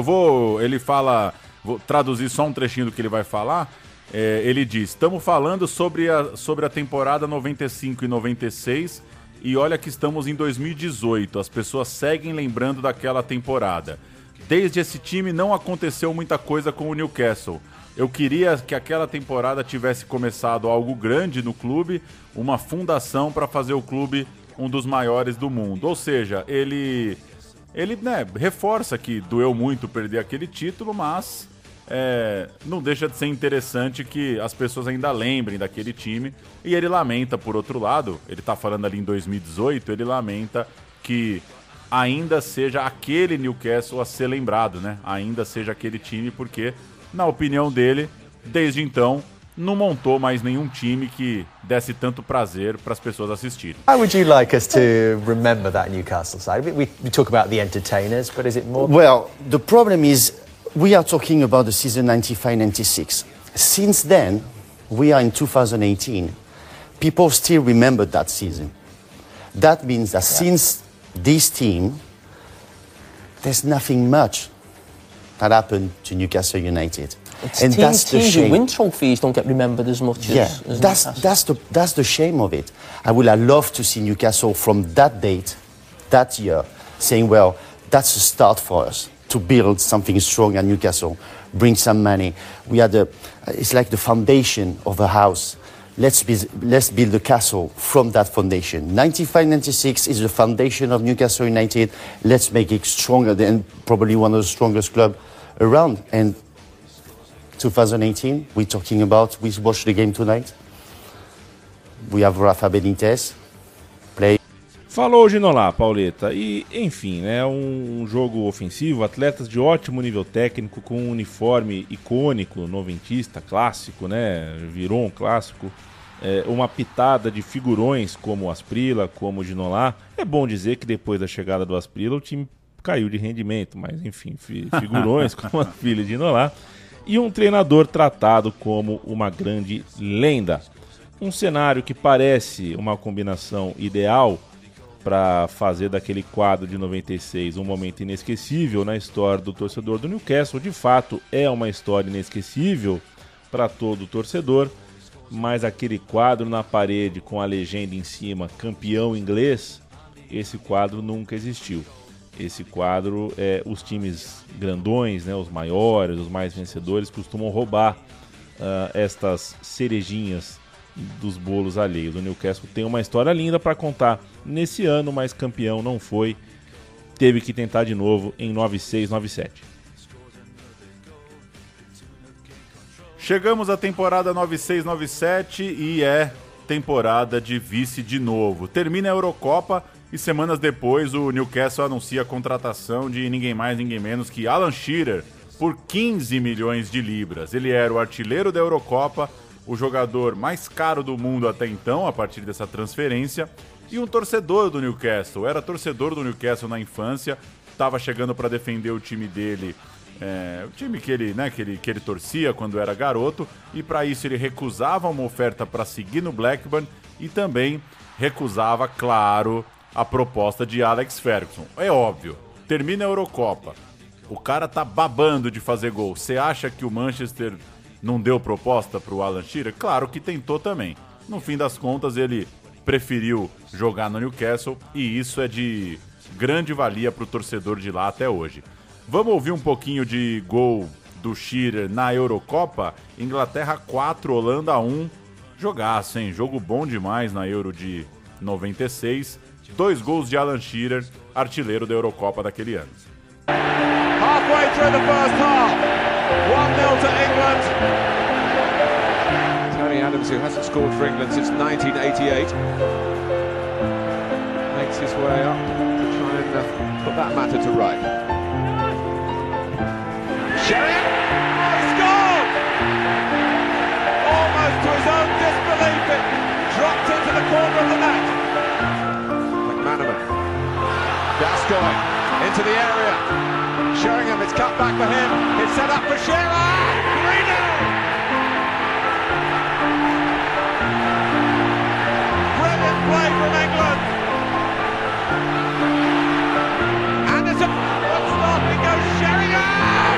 vou traduzir só um trechinho do que ele vai falar. Ele diz: estamos falando sobre a temporada 95 e 96 e olha que estamos em 2018, as pessoas seguem lembrando daquela temporada. Desde esse time não aconteceu muita coisa com o Newcastle. Eu queria que aquela temporada tivesse começado algo grande no clube, uma fundação para fazer o clube um dos maiores do mundo. Ou seja, ele reforça que doeu muito perder aquele título, mas não deixa de ser interessante que as pessoas ainda lembrem daquele time. E ele lamenta, por outro lado, ele está falando ali em 2018, ele lamenta que ainda seja aquele Newcastle a ser lembrado, né? Ainda seja aquele time, porque, na opinião dele, desde então, não montou mais nenhum time que desse tanto prazer para as pessoas assistirem. How would you like us to remember that Newcastle side? We talk about the entertainers, but is it more... Well, the problem is we are talking about the season 95-96. Since then, we are in 2018. People still remember that season. That means that since this team, there's nothing much that happened to Newcastle United. And that's the shame. Who win trophies don't get remembered as much as that's the shame of it. I would have loved to see Newcastle from that date, that year, saying, well, that's a start for us to build something strong at Newcastle, bring some money. We had it's like the foundation of a house. Let's build the castle from that foundation. 95-96 is the foundation of Newcastle United. Let's make it stronger than probably one of the strongest clubs around. And 2018, we're talking about, we watched the game tonight. We have Rafa Benitez. Falou o Ginola, Pauleta. E, enfim, né, um jogo ofensivo, atletas de ótimo nível técnico, com um uniforme icônico, noventista, clássico, né, virou um clássico. Uma pitada de figurões como o Asprilla, como o Ginola. É bom dizer que depois da chegada do Asprilla, o time caiu de rendimento, mas, enfim, figurões como a filha de Ginola. E um treinador tratado como uma grande lenda. Um cenário que parece uma combinação ideal para fazer daquele quadro de 96 um momento inesquecível na história do torcedor do Newcastle. De fato, é uma história inesquecível para todo torcedor, mas aquele quadro na parede com a legenda em cima, campeão inglês, esse quadro nunca existiu. Esse quadro, os times grandões, né, os maiores, os mais vencedores, costumam roubar estas cerejinhas dos bolos alheios. O Newcastle tem uma história linda para contar nesse ano, mas campeão não foi. Teve que tentar de novo em 96-97. Chegamos à temporada 96-97 e é temporada de vice de novo. Termina a Eurocopa e semanas depois o Newcastle anuncia a contratação de ninguém mais, ninguém menos que Alan Shearer por 15 milhões de libras. Ele era o artilheiro da Eurocopa, o jogador mais caro do mundo até então, a partir dessa transferência, e um torcedor do Newcastle. Era torcedor do Newcastle na infância, estava chegando para defender o time dele, o time que ele torcia quando era garoto, e para isso ele recusava uma oferta para seguir no Blackburn e também recusava, claro, a proposta de Alex Ferguson. É óbvio, termina a Eurocopa, o cara tá babando de fazer gol. Você acha que o Manchester não deu proposta para o Alan Shearer? Claro que tentou também. No fim das contas, ele preferiu jogar no Newcastle e isso é de grande valia para o torcedor de lá até hoje. Vamos ouvir um pouquinho de gol do Shearer na Eurocopa? Inglaterra 4, Holanda 1. Jogaço, hein? Jogo bom demais na Euro de 96. 2 gols de Alan Shearer, artilheiro da Eurocopa daquele ano. Halfway through the first half, 1-0 to England. Tony Adams, who hasn't scored for England since 1988, makes his way up to try and put that matter to right. Sheringham, he scored! Almost to his own disbelief, it dropped into the corner of the net. McManaman, Gascoigne into the area. Sheringham, it's cut back for him. It's set up for Shearer. 3-0. Brilliant play from England. Anderson, one stop, it goes Sheringham.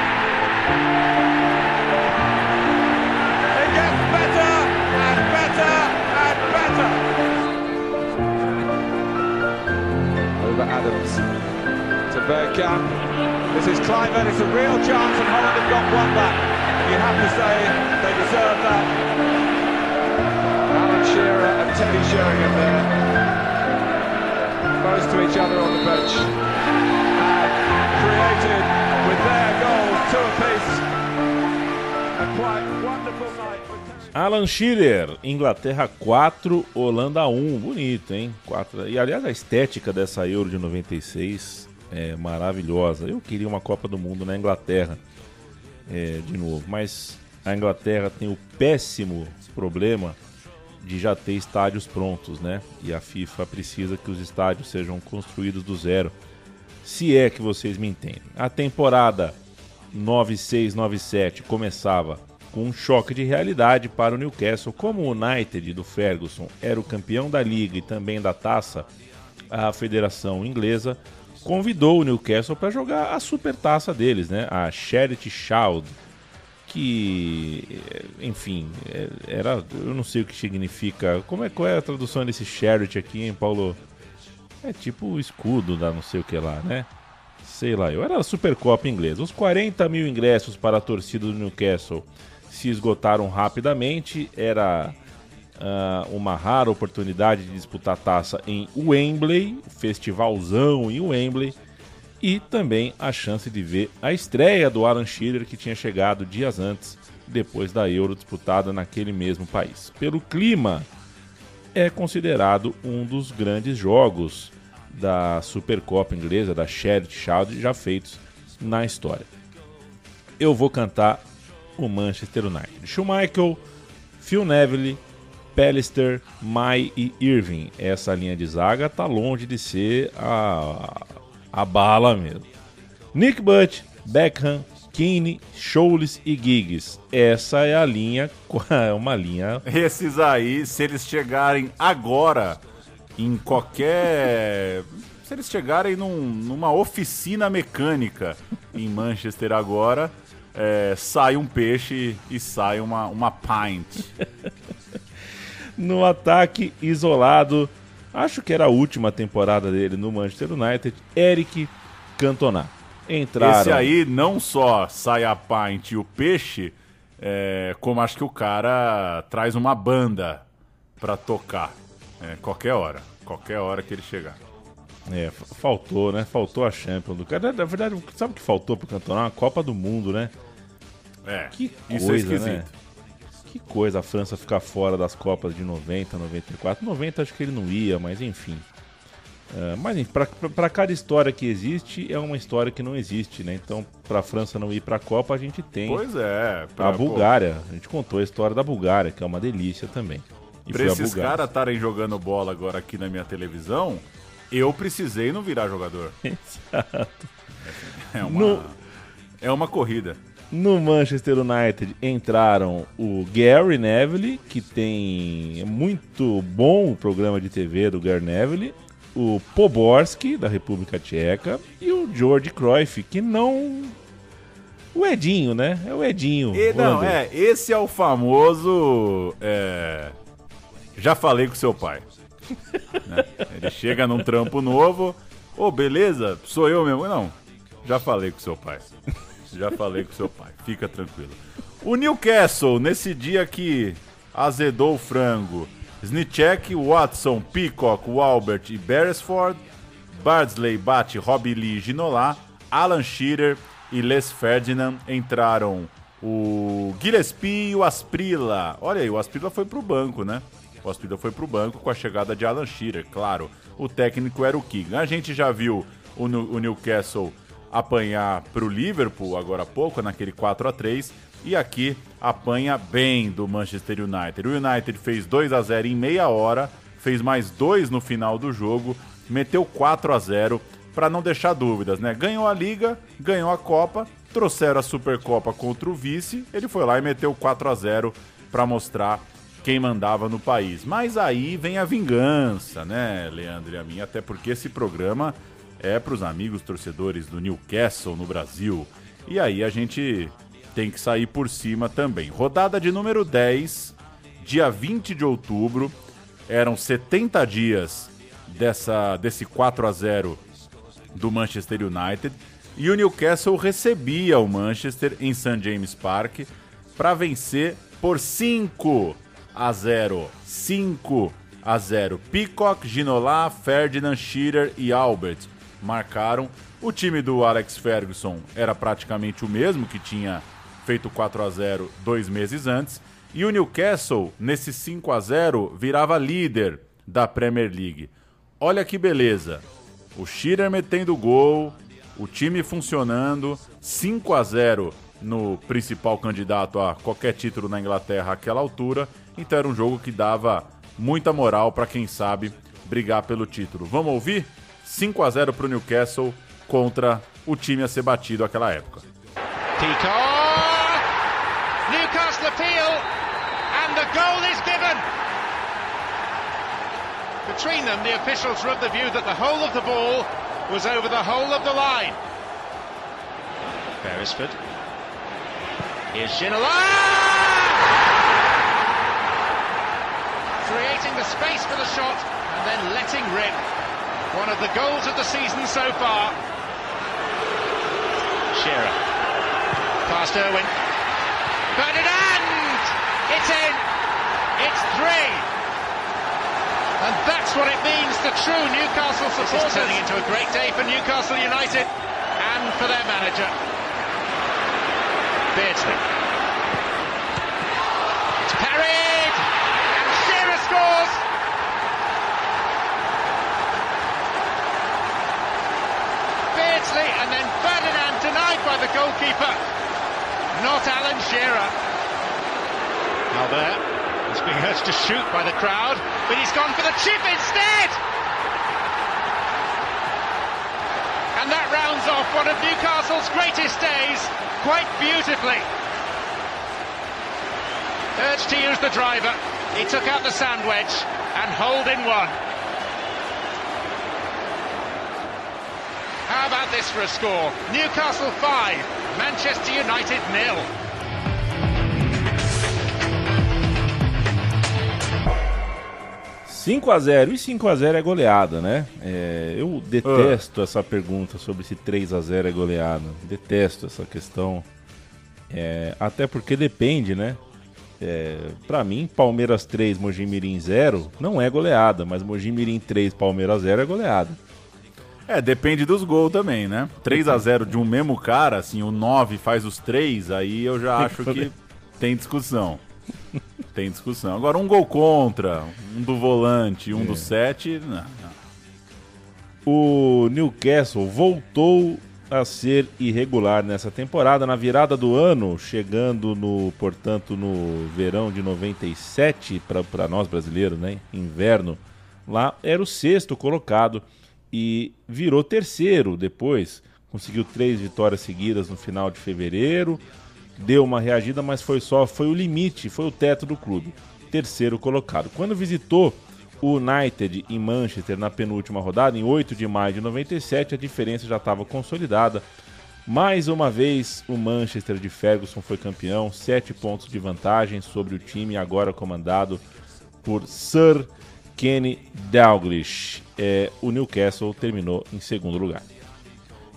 It gets better and better and better. Over Adams to Bergkamp. This is Kluivert, it's a real chance and Holland have got one back. You have to say they deserve that. Alan Shearer and Teddy Sheringham there, close to each other on the bench, and created with their goals 2 apiece. A quite wonderful night for Teddy. Alan Shearer, Inglaterra 4, Holanda 1. Bonito, hein? 4. E aliás, a estética dessa Euro de 96 é maravilhosa. Eu queria uma Copa do Mundo na Inglaterra, de novo. Mas a Inglaterra tem o péssimo problema de já ter estádios prontos, né? E a FIFA precisa que os estádios sejam construídos do zero. Se é que vocês me entendem. A temporada 96-97 começava com um choque de realidade para o Newcastle. Como o United do Ferguson era o campeão da Liga e também da Taça, a Federação Inglesa convidou o Newcastle para jogar a supertaça deles, né? A Charity Shield, que, enfim, era, eu não sei o que significa. Qual é a tradução desse Charity aqui, hein, Paulo? É tipo o escudo da não sei o que lá, né? Sei lá, era a Supercopa inglesa. Os 40 mil ingressos para a torcida do Newcastle se esgotaram rapidamente. Era uma rara oportunidade de disputar a taça em Wembley, festivalzão em Wembley, e também a chance de ver a estreia do Alan Shearer, que tinha chegado dias antes, depois da Euro disputada naquele mesmo país. Pelo clima, é considerado um dos grandes jogos da Supercopa inglesa, da Charity Shield, já feitos na história. Eu vou cantar o Manchester United. Schumacher, Phil Neville, Pallister, May e Irving. Essa linha de zaga tá longe de ser a bala mesmo. Nick Butt, Beckham, Keane, Scholes e Giggs. Essa é a linha, é uma linha... Esses aí, se eles chegarem agora em qualquer... Se eles chegarem numa oficina mecânica em Manchester agora, sai um peixe e sai uma pint. No ataque isolado, acho que era a última temporada dele no Manchester United, Eric Cantona. Entraram... Esse aí não só sai a pint e o peixe, como acho que o cara traz uma banda pra tocar. Qualquer hora que ele chegar. Faltou, né? Faltou a Champions do cara. Na verdade, sabe o que faltou pro Cantona? Uma Copa do Mundo, né? Que coisa, isso é esquisito. Né? Que coisa a França ficar fora das Copas de 90, 94. 90 acho que ele não ia, mas enfim. Mas para cada história que existe, é uma história que não existe, né? Então, para a França não ir para a Copa, a gente tem a Bulgária. A gente contou a história da Bulgária, que é uma delícia também. Para esses caras estarem jogando bola agora aqui na minha televisão, eu precisei não virar jogador. Exato. É uma corrida. No Manchester United entraram o Gary Neville, que tem muito bom programa de TV do Gary Neville, o Poborski, da República Tcheca, e o George Cruyff, que não... O Edinho, né? É o Edinho. Esse é o famoso... Já falei com seu pai. Né? Ele chega num trampo novo, beleza, sou eu mesmo. Não, já falei com seu pai. Já falei com seu pai, fica tranquilo. O Newcastle, nesse dia que azedou o frango Sniczek, Watson, Peacock, Walbert e Beresford. Bardsley bate Robbie Lee e Ginola. Alan Shearer e Les Ferdinand. Entraram o Gillespie e o Asprilla. Olha aí, o Asprilla foi pro banco, né? O Asprilla foi pro banco com a chegada de Alan Shearer, claro. O técnico era o Keegan. A gente já viu o Newcastle apanhar pro Liverpool agora há pouco, naquele 4-3. E aqui apanha bem do Manchester United. O United fez 2-0 em meia hora, fez mais 2 no final do jogo, meteu 4-0 para não deixar dúvidas, né? Ganhou a Liga, ganhou a Copa, trouxeram a Supercopa contra o vice, ele foi lá e meteu 4-0 para mostrar quem mandava no país. Mas aí vem a vingança, né, Leandro e a mim? Até porque esse programa é para os amigos torcedores do Newcastle no Brasil. E aí a gente tem que sair por cima também. Rodada de número 10, dia 20 de outubro. Eram 70 dias desse 4-0 do Manchester United. E o Newcastle recebia o Manchester em St. James Park para vencer por 5-0. 5-0. Peacock, Ginola, Ferdinand, Shearer e Albert marcaram. O time do Alex Ferguson era praticamente o mesmo que tinha feito 4-0 2 meses antes. E o Newcastle, nesse 5-0, virava líder da Premier League. Olha que beleza. O Shearer metendo gol, o time funcionando, 5-0 no principal candidato a qualquer título na Inglaterra àquela altura. Então era um jogo que dava muita moral para quem sabe brigar pelo título. Vamos ouvir? 5-0 para o Newcastle contra o time a ser batido naquela época. Peacock! Newcastle appeal and the goal is given. Between them, the officials were of the view that the whole of the ball was over the whole of the line. Beresford. Here's Ginola! Creating the space for the shot and then letting rip. One of the goals of the season so far. Shearer. Past Irwin. Ferdinand! It's in! It's 3! And that's what it means to true Newcastle supporters. This is turning into a great day for Newcastle United and for their manager. Beardsley. It's parried! And Shearer scores! Beardsley and then Ferdinand denied by the goalkeeper. Not Alan Shearer. Albert is being urged to shoot by the crowd, but he's gone for the chip instead! And that rounds off one of Newcastle's greatest days quite beautifully. Urged to use the driver, he took out the sand wedge and holed in one. How about this for a score? Newcastle 5, Manchester United 0. E 5-0 é goleada, né? Eu detesto essa pergunta sobre se 3-0 é goleada. Detesto essa questão. Até porque depende, né? Pra mim, Palmeiras 3, Mogi Mirim 0 não é goleada, mas Mogi Mirim 3, Palmeiras 0 é goleada. Depende dos gols também, né? 3-0 de um mesmo cara, assim, o 9 faz os 3, aí eu já acho que tem discussão. Tem discussão. Agora, um gol contra, um do volante, um do 7, não. O Newcastle voltou a ser irregular nessa temporada, na virada do ano, chegando portanto, no verão de 97, para nós brasileiros, né? Inverno, lá era o 6º colocado e virou 3º depois, conseguiu 3 vitórias seguidas no final de fevereiro, deu uma reagida, mas foi o limite, foi o teto do clube, 3º colocado. Quando visitou o United em Manchester na penúltima rodada, em 8 de maio de 97, a diferença já estava consolidada. Mais uma vez, o Manchester de Ferguson foi campeão, 7 pontos de vantagem sobre o time agora comandado por Sir Kenny Dalglish. O Newcastle terminou em 2º lugar.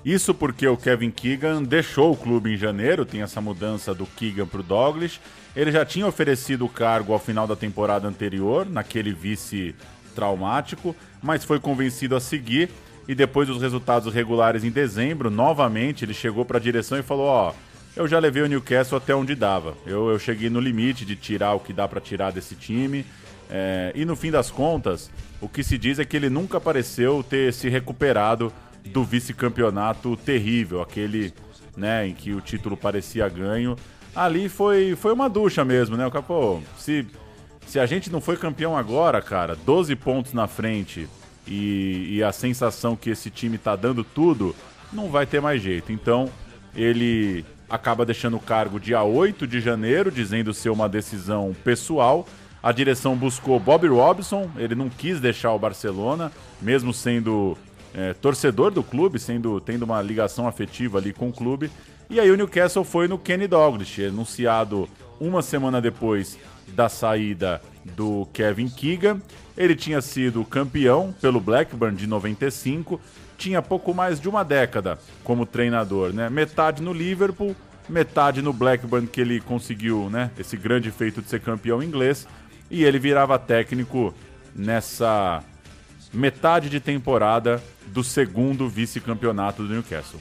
Isso porque o Kevin Keegan deixou o clube em janeiro, tem essa mudança do Keegan para o Dalglish. Ele já tinha oferecido o cargo ao final da temporada anterior, naquele vice traumático, mas foi convencido a seguir. E depois dos resultados regulares em dezembro, novamente ele chegou para a direção e falou: eu já levei o Newcastle até onde dava. Eu cheguei no limite de tirar o que dá para tirar desse time. E no fim das contas, o que se diz é que ele nunca pareceu ter se recuperado do vice-campeonato terrível, aquele, né, em que o título parecia ganho. Ali foi uma ducha mesmo, né? O cara, se a gente não foi campeão agora, cara, 12 pontos na frente e a sensação que esse time tá dando tudo, não vai ter mais jeito. Então, ele acaba deixando o cargo dia 8 de janeiro, dizendo ser uma decisão pessoal. A direção buscou Bobby Robson, ele não quis deixar o Barcelona, mesmo sendo torcedor do clube, tendo uma ligação afetiva ali com o clube. E aí o Newcastle foi no Kenny Dalglish, anunciado uma semana depois da saída do Kevin Keegan. Ele tinha sido campeão pelo Blackburn de 95, tinha pouco mais de uma década como treinador, né? Metade no Liverpool, metade no Blackburn, que ele conseguiu, né, esse grande feito de ser campeão inglês, e ele virava técnico nessa metade de temporada do segundo vice-campeonato do Newcastle.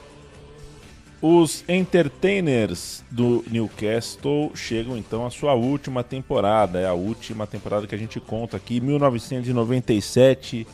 Os entertainers do Newcastle chegam então à sua última temporada. É a última temporada que a gente conta aqui, 1997,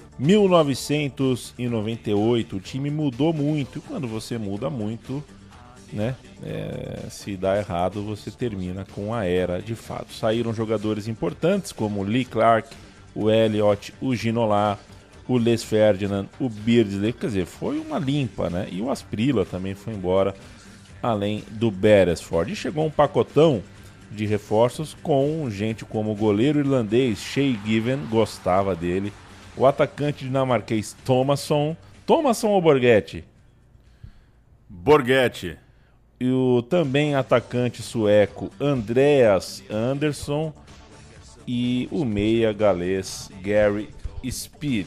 1998. O time mudou muito, e quando você muda muito, né, se dá errado, você termina com a era de fato. Saíram jogadores importantes como o Lee Clark, o Elliott, o Ginola, o Les Ferdinand, o Beardsley, quer dizer, foi uma limpa, né? E o Asprilla também foi embora, além do Beresford. E chegou um pacotão de reforços com gente como o goleiro irlandês Shay Given, gostava dele, o atacante dinamarquês Thomasson ou Borghetti? Borghetti. E o também atacante sueco Andreas Andersson e o meia galês Gary Speed.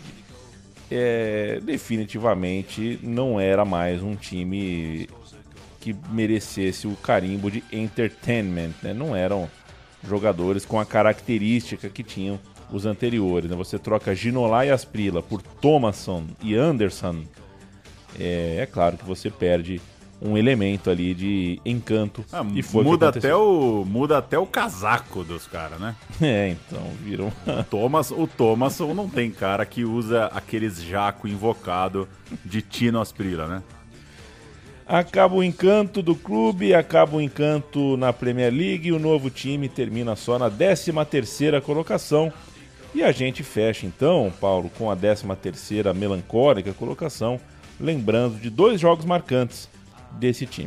Definitivamente não era mais um time que merecesse o carimbo de entertainment, né? Não eram jogadores com a característica que tinham os anteriores, né? Você troca Ginola e Asprilla por Thomasson e Anderson, é claro que você perde um elemento ali de encanto. E foi muda até o casaco dos caras, né? Então viram. O Thomasson não tem cara que usa aqueles jaco invocado de Tino Asprilla, né? Acaba o encanto do clube, acaba o encanto na Premier League, o novo time termina só na 13ª colocação. E a gente fecha então, Paulo, com a 13ª melancólica colocação, lembrando de 2 jogos marcantes desse time.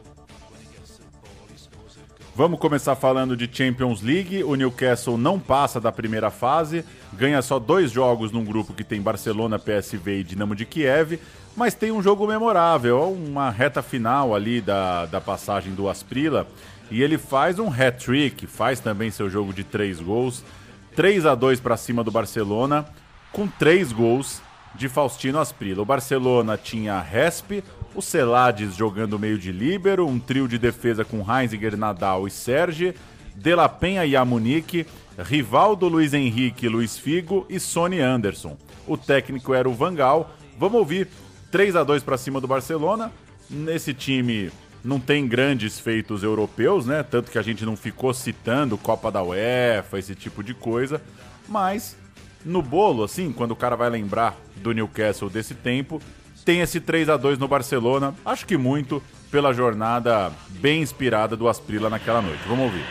Vamos começar falando de Champions League. O Newcastle não passa da primeira fase, ganha só 2 jogos num grupo que tem Barcelona, PSV e Dinamo de Kiev, mas tem um jogo memorável, uma reta final ali da passagem do Asprilla, e ele faz um hat-trick, faz também seu jogo de 3 gols, 3-2 para cima do Barcelona, com 3 gols de Faustino Asprilla. O Barcelona tinha Resp, o Celades jogando meio de líbero, um trio de defesa com Heinziger, Nadal e Serge, De La Penha e Amunique, Rivaldo, Luiz Henrique, Luiz Figo e Sonny Anderson. O técnico era o Van Gaal. Vamos ouvir. 3-2 para cima do Barcelona. Nesse time não tem grandes feitos europeus, né? Tanto que a gente não ficou citando Copa da UEFA, esse tipo de coisa. Mas no bolo, assim, quando o cara vai lembrar do Newcastle desse tempo, tem esse 3-2 no Barcelona, acho que muito pela jornada bem inspirada do Asprilla naquela noite. Vamos ouvir.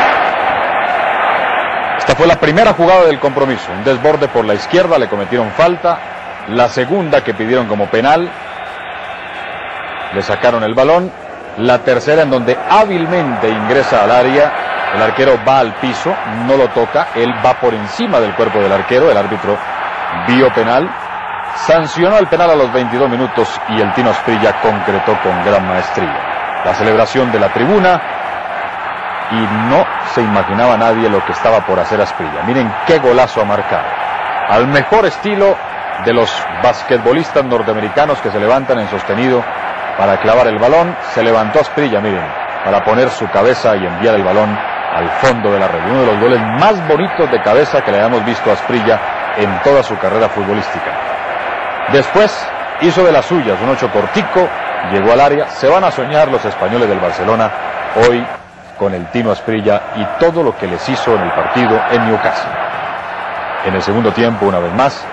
Esta fue la primera jugada del compromiso, un desborde por la izquierda, le cometieron falta, la segunda que pidieron como penal, le sacaron el balón, la tercera en donde hábilmente ingresa al área, el arquero va al piso, no lo toca, él va por encima del cuerpo del arquero, el árbitro vio penal, sancionó el penal a los 22 minutos y el Tino Asprilla concretó con gran maestría. La celebración de la tribuna y no se imaginaba nadie lo que estaba por hacer Asprilla. Miren qué golazo ha marcado. Al mejor estilo de los basquetbolistas norteamericanos que se levantan en sostenido para clavar el balón. Se levantó Asprilla, miren, para poner su cabeza y enviar el balón al fondo de la red. Uno de los goles más bonitos de cabeza que le hayamos visto a Asprilla en toda su carrera futbolística. Después hizo de las suyas, un 8 cortico, llegó al área. Se van a soñar los españoles del Barcelona hoy con el Tino Asprilla y todo lo que les hizo en el partido en Newcastle. En el segundo tiempo, una vez más,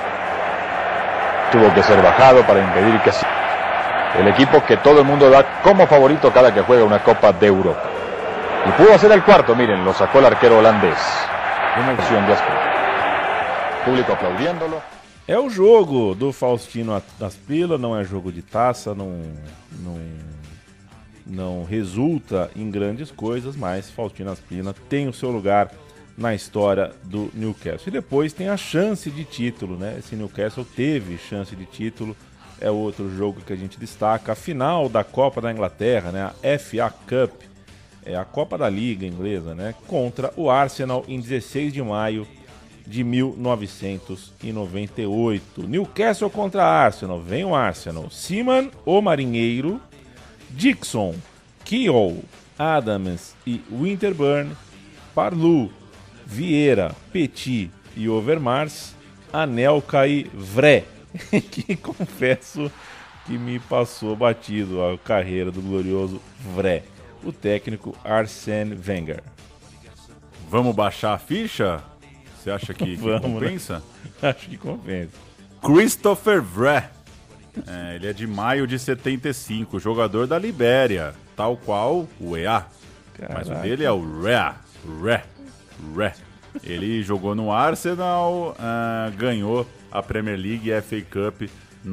tuvo que ser bajado para impedir que el equipo que todo el mundo da como favorito cada que juega una Copa de Europa. Y pudo hacer el cuarto, miren, lo sacó el arquero holandês. Uma opção de Asprilla. Público aplaudiéndolo. É o jogo do Faustino Asprilla, não é jogo de taça, não resulta em grandes coisas, mas Faustino Asprilla tem o seu lugar na história do Newcastle. E depois tem a chance de título, né? Esse Newcastle teve chance de título, é outro jogo que a gente destaca. A final da Copa da Inglaterra, né? A FA Cup, é a Copa da Liga Inglesa, né? Contra o Arsenal em 16 de maio de 1998. Newcastle contra Arsenal, vem o Arsenal. Seaman, o Marinheiro, Dixon, Keogh, Adams e Winterburn, Parlu, Vieira, Petit e Overmars, Anelka e Vré, que confesso que me passou batido a carreira do glorioso Vré, o técnico Arsène Wenger. Vamos baixar a ficha? Você acha que compensa? Né? Acho que compensa. Christopher Vré. Ele é de maio de 75, jogador da Libéria, tal qual o EA. Caraca. Mas o dele é o Ré. Ele jogou no Arsenal, ganhou a Premier League e a FA Cup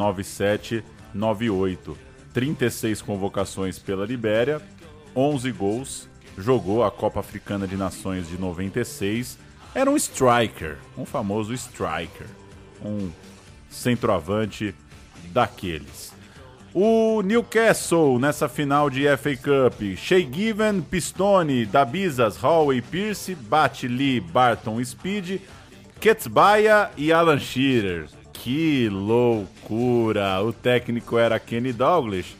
97-98. 36 convocações pela Libéria, 11 gols, jogou a Copa Africana de Nações de 96. Era um striker, um famoso striker, um centroavante daqueles. O Newcastle nessa final de FA Cup: Shay Given, Pistone, Dabizas, Hallway, Pierce, Batley, Barton, Speed, Ketsbaya e Alan Shearer. Que loucura! O técnico era Kenny Dalglish.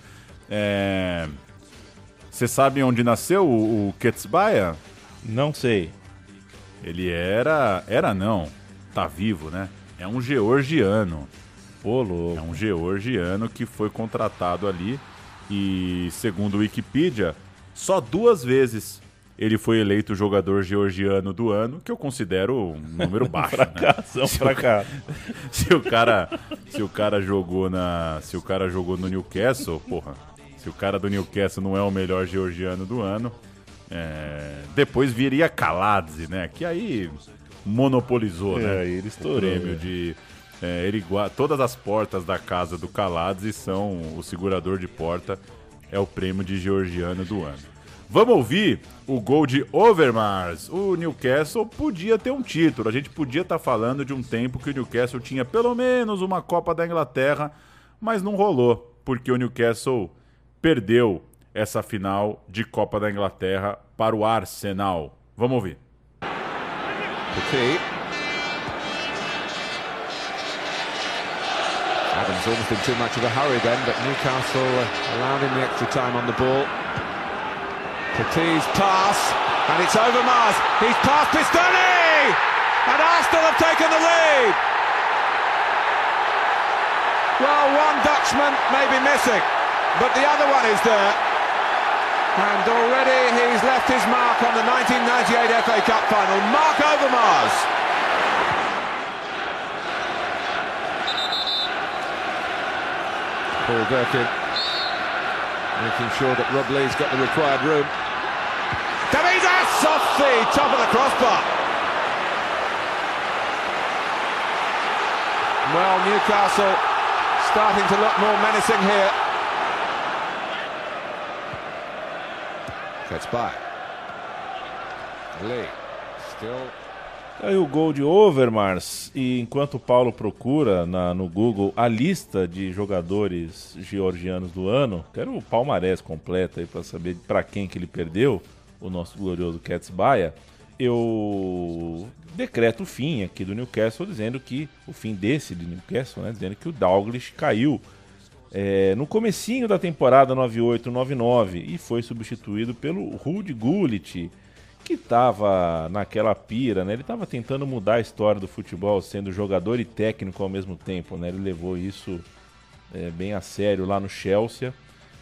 Você sabe onde nasceu o Ketsbaya? Não sei. Ele tá vivo, né? É um georgiano. Pô, louco. É um georgiano que foi contratado ali e, segundo o Wikipedia, só 2 vezes ele foi eleito jogador georgiano do ano, que eu considero um número baixo. Fracassão, né? Se o cara jogou no Newcastle, porra, se o cara do Newcastle não é o melhor georgiano do ano, depois viria Kaladze, né? Que aí monopolizou, né? Ele estourou, o prêmio de... todas as portas da casa do Kaladze são o segurador de porta, é o prêmio de georgiano do ano. Vamos ouvir o gol de Overmars. O Newcastle podia ter um título, a gente podia estar falando de um tempo que o Newcastle tinha pelo menos uma Copa da Inglaterra, mas não rolou, porque o Newcastle perdeu essa final de Copa da Inglaterra para o Arsenal. Vamos ouvir. Adams almost in too much of a hurry then, but Newcastle allowed him the extra time on the ball. Petit's pass, and it's Overmars. He's past Pistone! And Arsenal have taken the lead! Well, one Dutchman may be missing, but the other one is there. And already he's left his mark on the 1998 FA Cup final. Mark Overmars! Paul Durkin making sure that Rob Lee's got the required room. Davizas off the top of the crossbar. Well, Newcastle starting to look more menacing here. Gets by. Lee still. Aí o gol de Overmars, e enquanto o Paulo procura no Google a lista de jogadores georgianos do ano, quero o palmarés completo aí para saber para quem que ele perdeu, o nosso glorioso Ketsbaya. eu decreto o fim aqui do Newcastle, dizendo que o fim desse de Newcastle, né, dizendo que o Dalglish caiu no comecinho da temporada 98-99 e foi substituído pelo Ruud Gullit, que estava naquela pira, né? Ele estava tentando mudar a história do futebol, sendo jogador e técnico ao mesmo tempo, né? Ele levou isso bem a sério lá no Chelsea,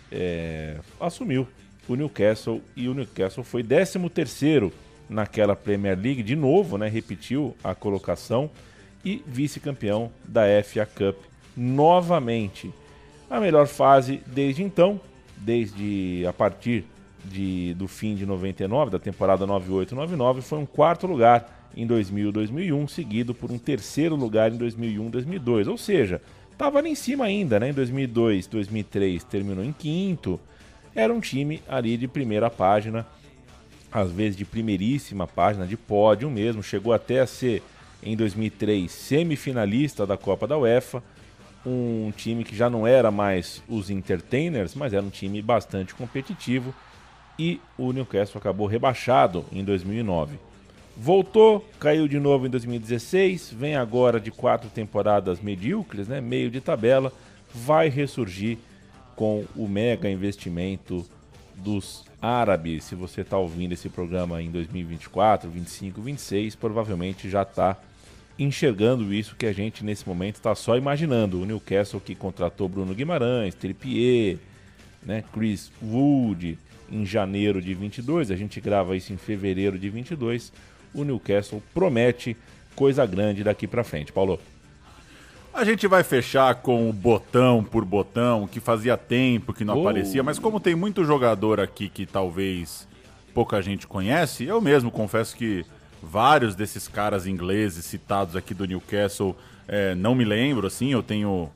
assumiu o Newcastle e o Newcastle foi 13º naquela Premier League, de novo, né? Repetiu a colocação e vice-campeão da FA Cup novamente. A melhor fase desde então, desde a partir do fim de 99, da temporada 98-99, foi um 4º lugar em 2000-2001, seguido por um 3º lugar em 2001-2002. Ou seja, estava ali em cima ainda, né? Em 2002-2003 terminou em 5º. Era um time ali de primeira página, às vezes de primeiríssima página, de pódio mesmo. Chegou até a ser, em 2003, semifinalista da Copa da UEFA. Um time que já não era mais os entertainers, mas era um time bastante competitivo. E o Newcastle acabou rebaixado em 2009. Voltou, caiu de novo em 2016, vem agora de 4 temporadas medíocres, né, meio de tabela, vai ressurgir com o mega investimento dos árabes. Se você está ouvindo esse programa em 2024, 25, 26, provavelmente já está enxergando isso que a gente nesse momento está só imaginando. O Newcastle que contratou Bruno Guimarães, Trippier, né, Chris Wood em janeiro de 22, a gente grava isso em fevereiro de 22. O Newcastle promete coisa grande daqui para frente. Paulo? A gente vai fechar com o botão por botão, que fazia tempo que não aparecia, mas como tem muito jogador aqui que talvez pouca gente conhece, eu mesmo confesso que vários desses caras ingleses citados aqui do Newcastle não me lembro, assim, eu tenho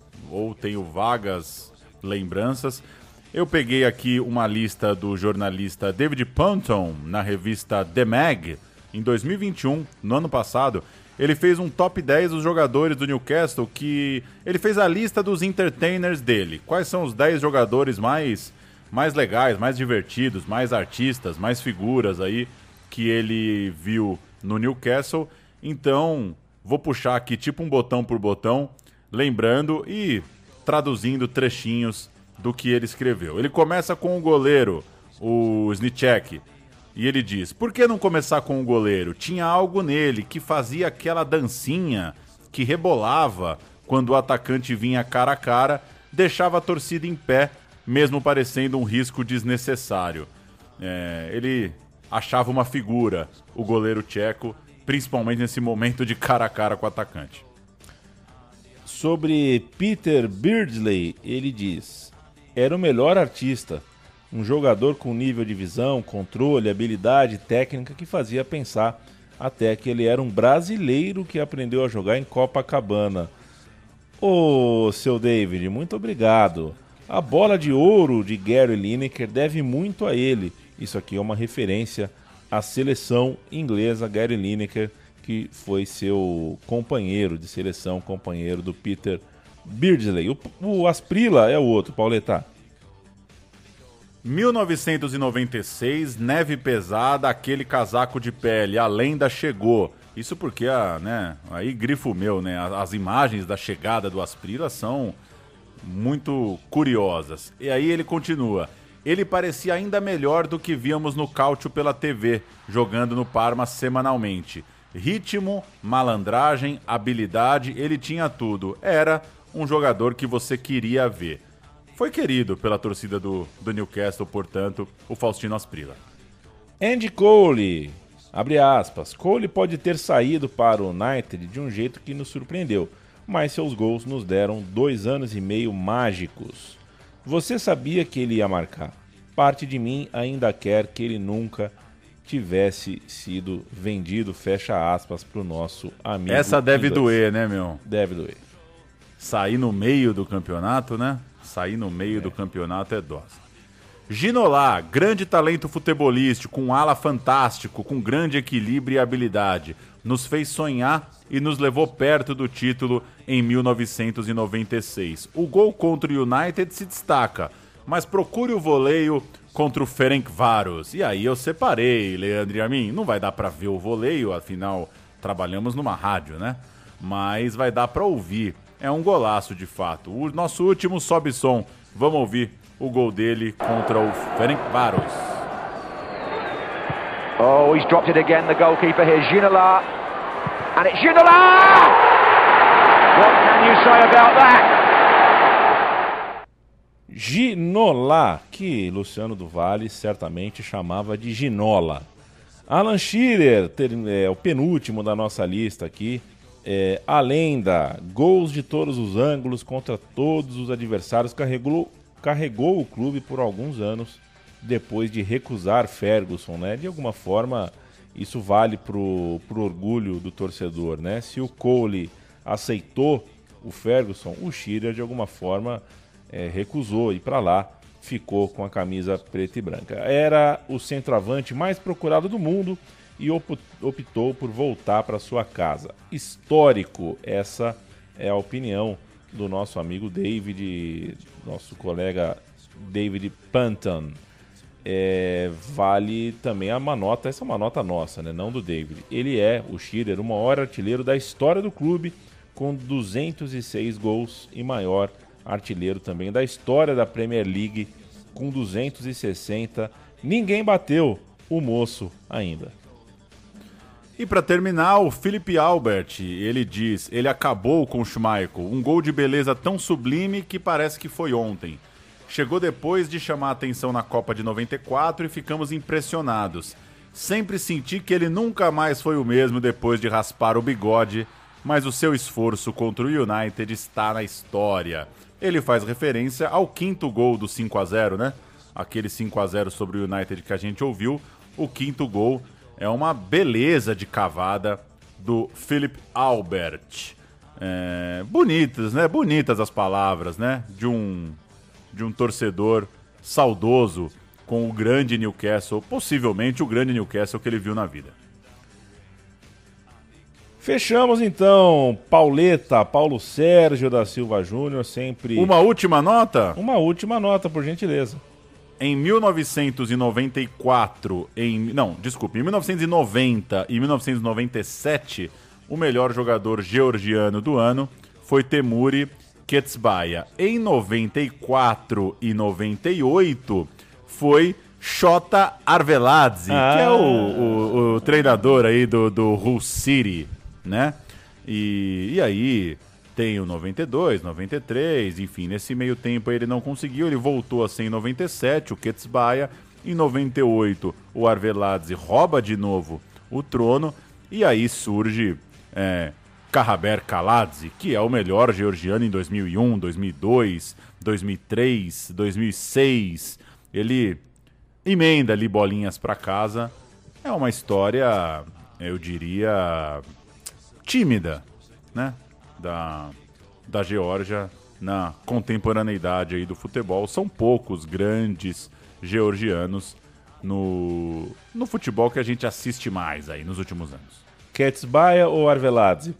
vagas lembranças. Eu peguei aqui uma lista do jornalista David Punton na revista The Mag em 2021, no ano passado. Ele fez um top 10 dos jogadores do Newcastle, que ele fez a lista dos entertainers dele. Quais são os 10 jogadores mais legais, mais divertidos, mais artistas, mais figuras aí que ele viu no Newcastle. Então, vou puxar aqui tipo um botão por botão, lembrando e traduzindo trechinhos do que ele escreveu. Ele começa com o goleiro, o Sniczek, e ele diz: por que não começar com o goleiro? Tinha algo nele que fazia aquela dancinha que rebolava quando o atacante vinha cara a cara, deixava a torcida em pé, mesmo parecendo um risco desnecessário. Ele achava uma figura, o goleiro tcheco, principalmente nesse momento de cara a cara com o atacante. Sobre Peter Beardsley, ele diz: era o melhor artista, um jogador com nível de visão, controle, habilidade, técnica que fazia pensar até que ele era um brasileiro que aprendeu a jogar em Copacabana. Ô, seu David, muito obrigado. A bola de ouro de Gary Lineker deve muito a ele. Isso aqui é uma referência à seleção inglesa, Gary Lineker, que foi seu companheiro de seleção, companheiro do Peter Beardsley. O Asprilla é o outro, Pauleta. 1996, neve pesada, aquele casaco de pele, a lenda chegou. Isso porque, aí grifo meu, né? As imagens da chegada do Asprilla são muito curiosas. E aí ele continua: ele parecia ainda melhor do que víamos no Calcio pela TV, jogando no Parma semanalmente. Ritmo, malandragem, habilidade, ele tinha tudo. Era um jogador que você queria ver. Foi querido pela torcida do Newcastle, portanto, o Faustino Asprilla. Andy Cole, abre aspas, Cole pode ter saído para o United de um jeito que nos surpreendeu, mas seus gols nos deram 2 anos e meio mágicos. Você sabia que ele ia marcar. Parte de mim ainda quer que ele nunca tivesse sido vendido, fecha aspas, para o nosso amigo. Essa deve inglês. doer, né, meu? Deve doer. Sair no meio do campeonato, né? Sair no meio do campeonato é dose. Ginola, grande talento futebolístico, um ala fantástico, com grande equilíbrio e habilidade. Nos fez sonhar e nos levou perto do título em 1996. O gol contra o United se destaca, mas procure o voleio contra o Ferencváros. E aí eu separei, Leandro e a mim. Não vai dar pra ver o voleio, afinal trabalhamos numa rádio, né? Mas vai dar pra ouvir. É um golaço de fato. O nosso último sobe som. Vamos ouvir o gol dele contra o Ferencváros. Oh, he's dropped it again, the goalkeeper here, Ginola. And it's Ginola! What can you say about that? Ginola, que Luciano do Vale certamente chamava de Ginola. Alan Shearer, o penúltimo da nossa lista aqui. A lenda, gols de todos os ângulos contra todos os adversários, carregou o clube por alguns anos depois de recusar Ferguson, né? De alguma forma, isso vale pro orgulho do torcedor, né? Se o Cole aceitou o Ferguson, o Shearer de alguma forma recusou ir para lá, ficou com a camisa preta e branca. Era o centroavante mais procurado do mundo e optou por voltar para sua casa. Histórico, essa é a opinião do nosso amigo David, nosso colega David Panton. Vale também uma nota, essa é uma nota nossa, né? Não do David. Ele o Shearer, o maior artilheiro da história do clube, com 206 gols e maior artilheiro também da história da Premier League, com 260. Ninguém bateu o moço ainda. E para terminar, o Philippe Albert, ele diz, ele acabou com o Schmeichel, um gol de beleza tão sublime que parece que foi ontem. Chegou depois de chamar a atenção na Copa de 94 e ficamos impressionados. Sempre senti que ele nunca mais foi o mesmo depois de raspar o bigode, mas o seu esforço contra o United está na história. Ele faz referência ao quinto gol do 5-0, né? Aquele 5-0 sobre o United que a gente ouviu. O quinto gol é uma beleza de cavada do Philippe Albert. Bonitas, né? Bonitas as palavras, né? De um torcedor saudoso com o grande Newcastle, possivelmente o grande Newcastle que ele viu na vida. Fechamos então, Paulo Sérgio da Silva Júnior, sempre... Uma última nota? Uma última nota, por gentileza. Em 1994, em 1990 e 1997, o melhor jogador georgiano do ano foi Temuri Ketsbaia. Em 94 e 98 foi Shota Arveladze, que é o treinador aí do Hull City, né? E aí tem o 92, 93, enfim, nesse meio tempo ele não conseguiu, ele voltou a ser em 97, o Ketsbaia. Em 98 o Arveladze rouba de novo o trono e aí surge Kahaber Kaladze, que é o melhor georgiano em 2001, 2002, 2003, 2006. Ele emenda ali bolinhas para casa. É uma história, eu diria, tímida, né? Da Geórgia na contemporaneidade aí do futebol. São poucos grandes georgianos no futebol que a gente assiste mais aí nos últimos anos. Ketsbaia ou Arveladze?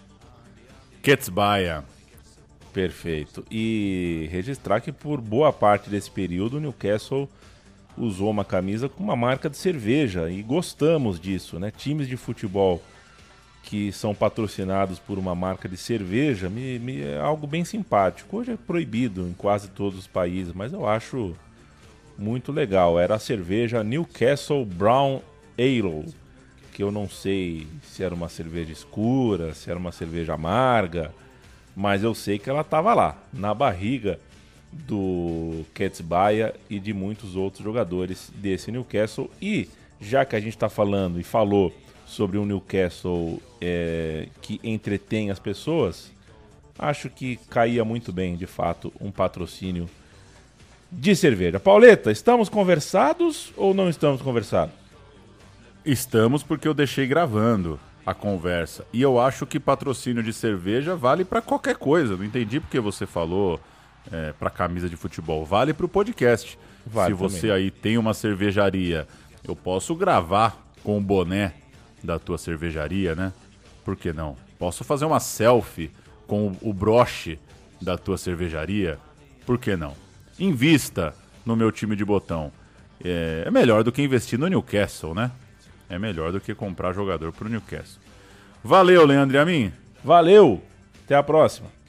Ketsbaia. Perfeito. E registrar que por boa parte desse período o Newcastle usou uma camisa com uma marca de cerveja e gostamos disso, né? Times de futebol que são patrocinados por uma marca de cerveja é algo bem simpático. Hoje é proibido em quase todos os países, mas eu acho muito legal. Era a cerveja Newcastle Brown Ale, que eu não sei se era uma cerveja escura, se era uma cerveja amarga, mas eu sei que ela estava lá, na barriga do Ketsbaia e de muitos outros jogadores desse Newcastle. E já que a gente está falando e falou sobre um Newcastle que entretém as pessoas, acho que caía muito bem, de fato, um patrocínio de cerveja. Pauleta, estamos conversados ou não estamos conversados? Estamos, porque eu deixei gravando a conversa. E eu acho que patrocínio de cerveja vale para qualquer coisa. Não entendi porque você falou para camisa de futebol. Vale para o podcast. Vale. Se você também aí tem uma cervejaria, eu posso gravar com o boné da tua cervejaria, né? Por que não? Posso fazer uma selfie com o broche da tua cervejaria? Por que não? Invista no meu time de botão. é melhor do que investir no Newcastle, né? É melhor do que comprar jogador pro Newcastle. Valeu, Leandro e a mim. Valeu! Até a próxima.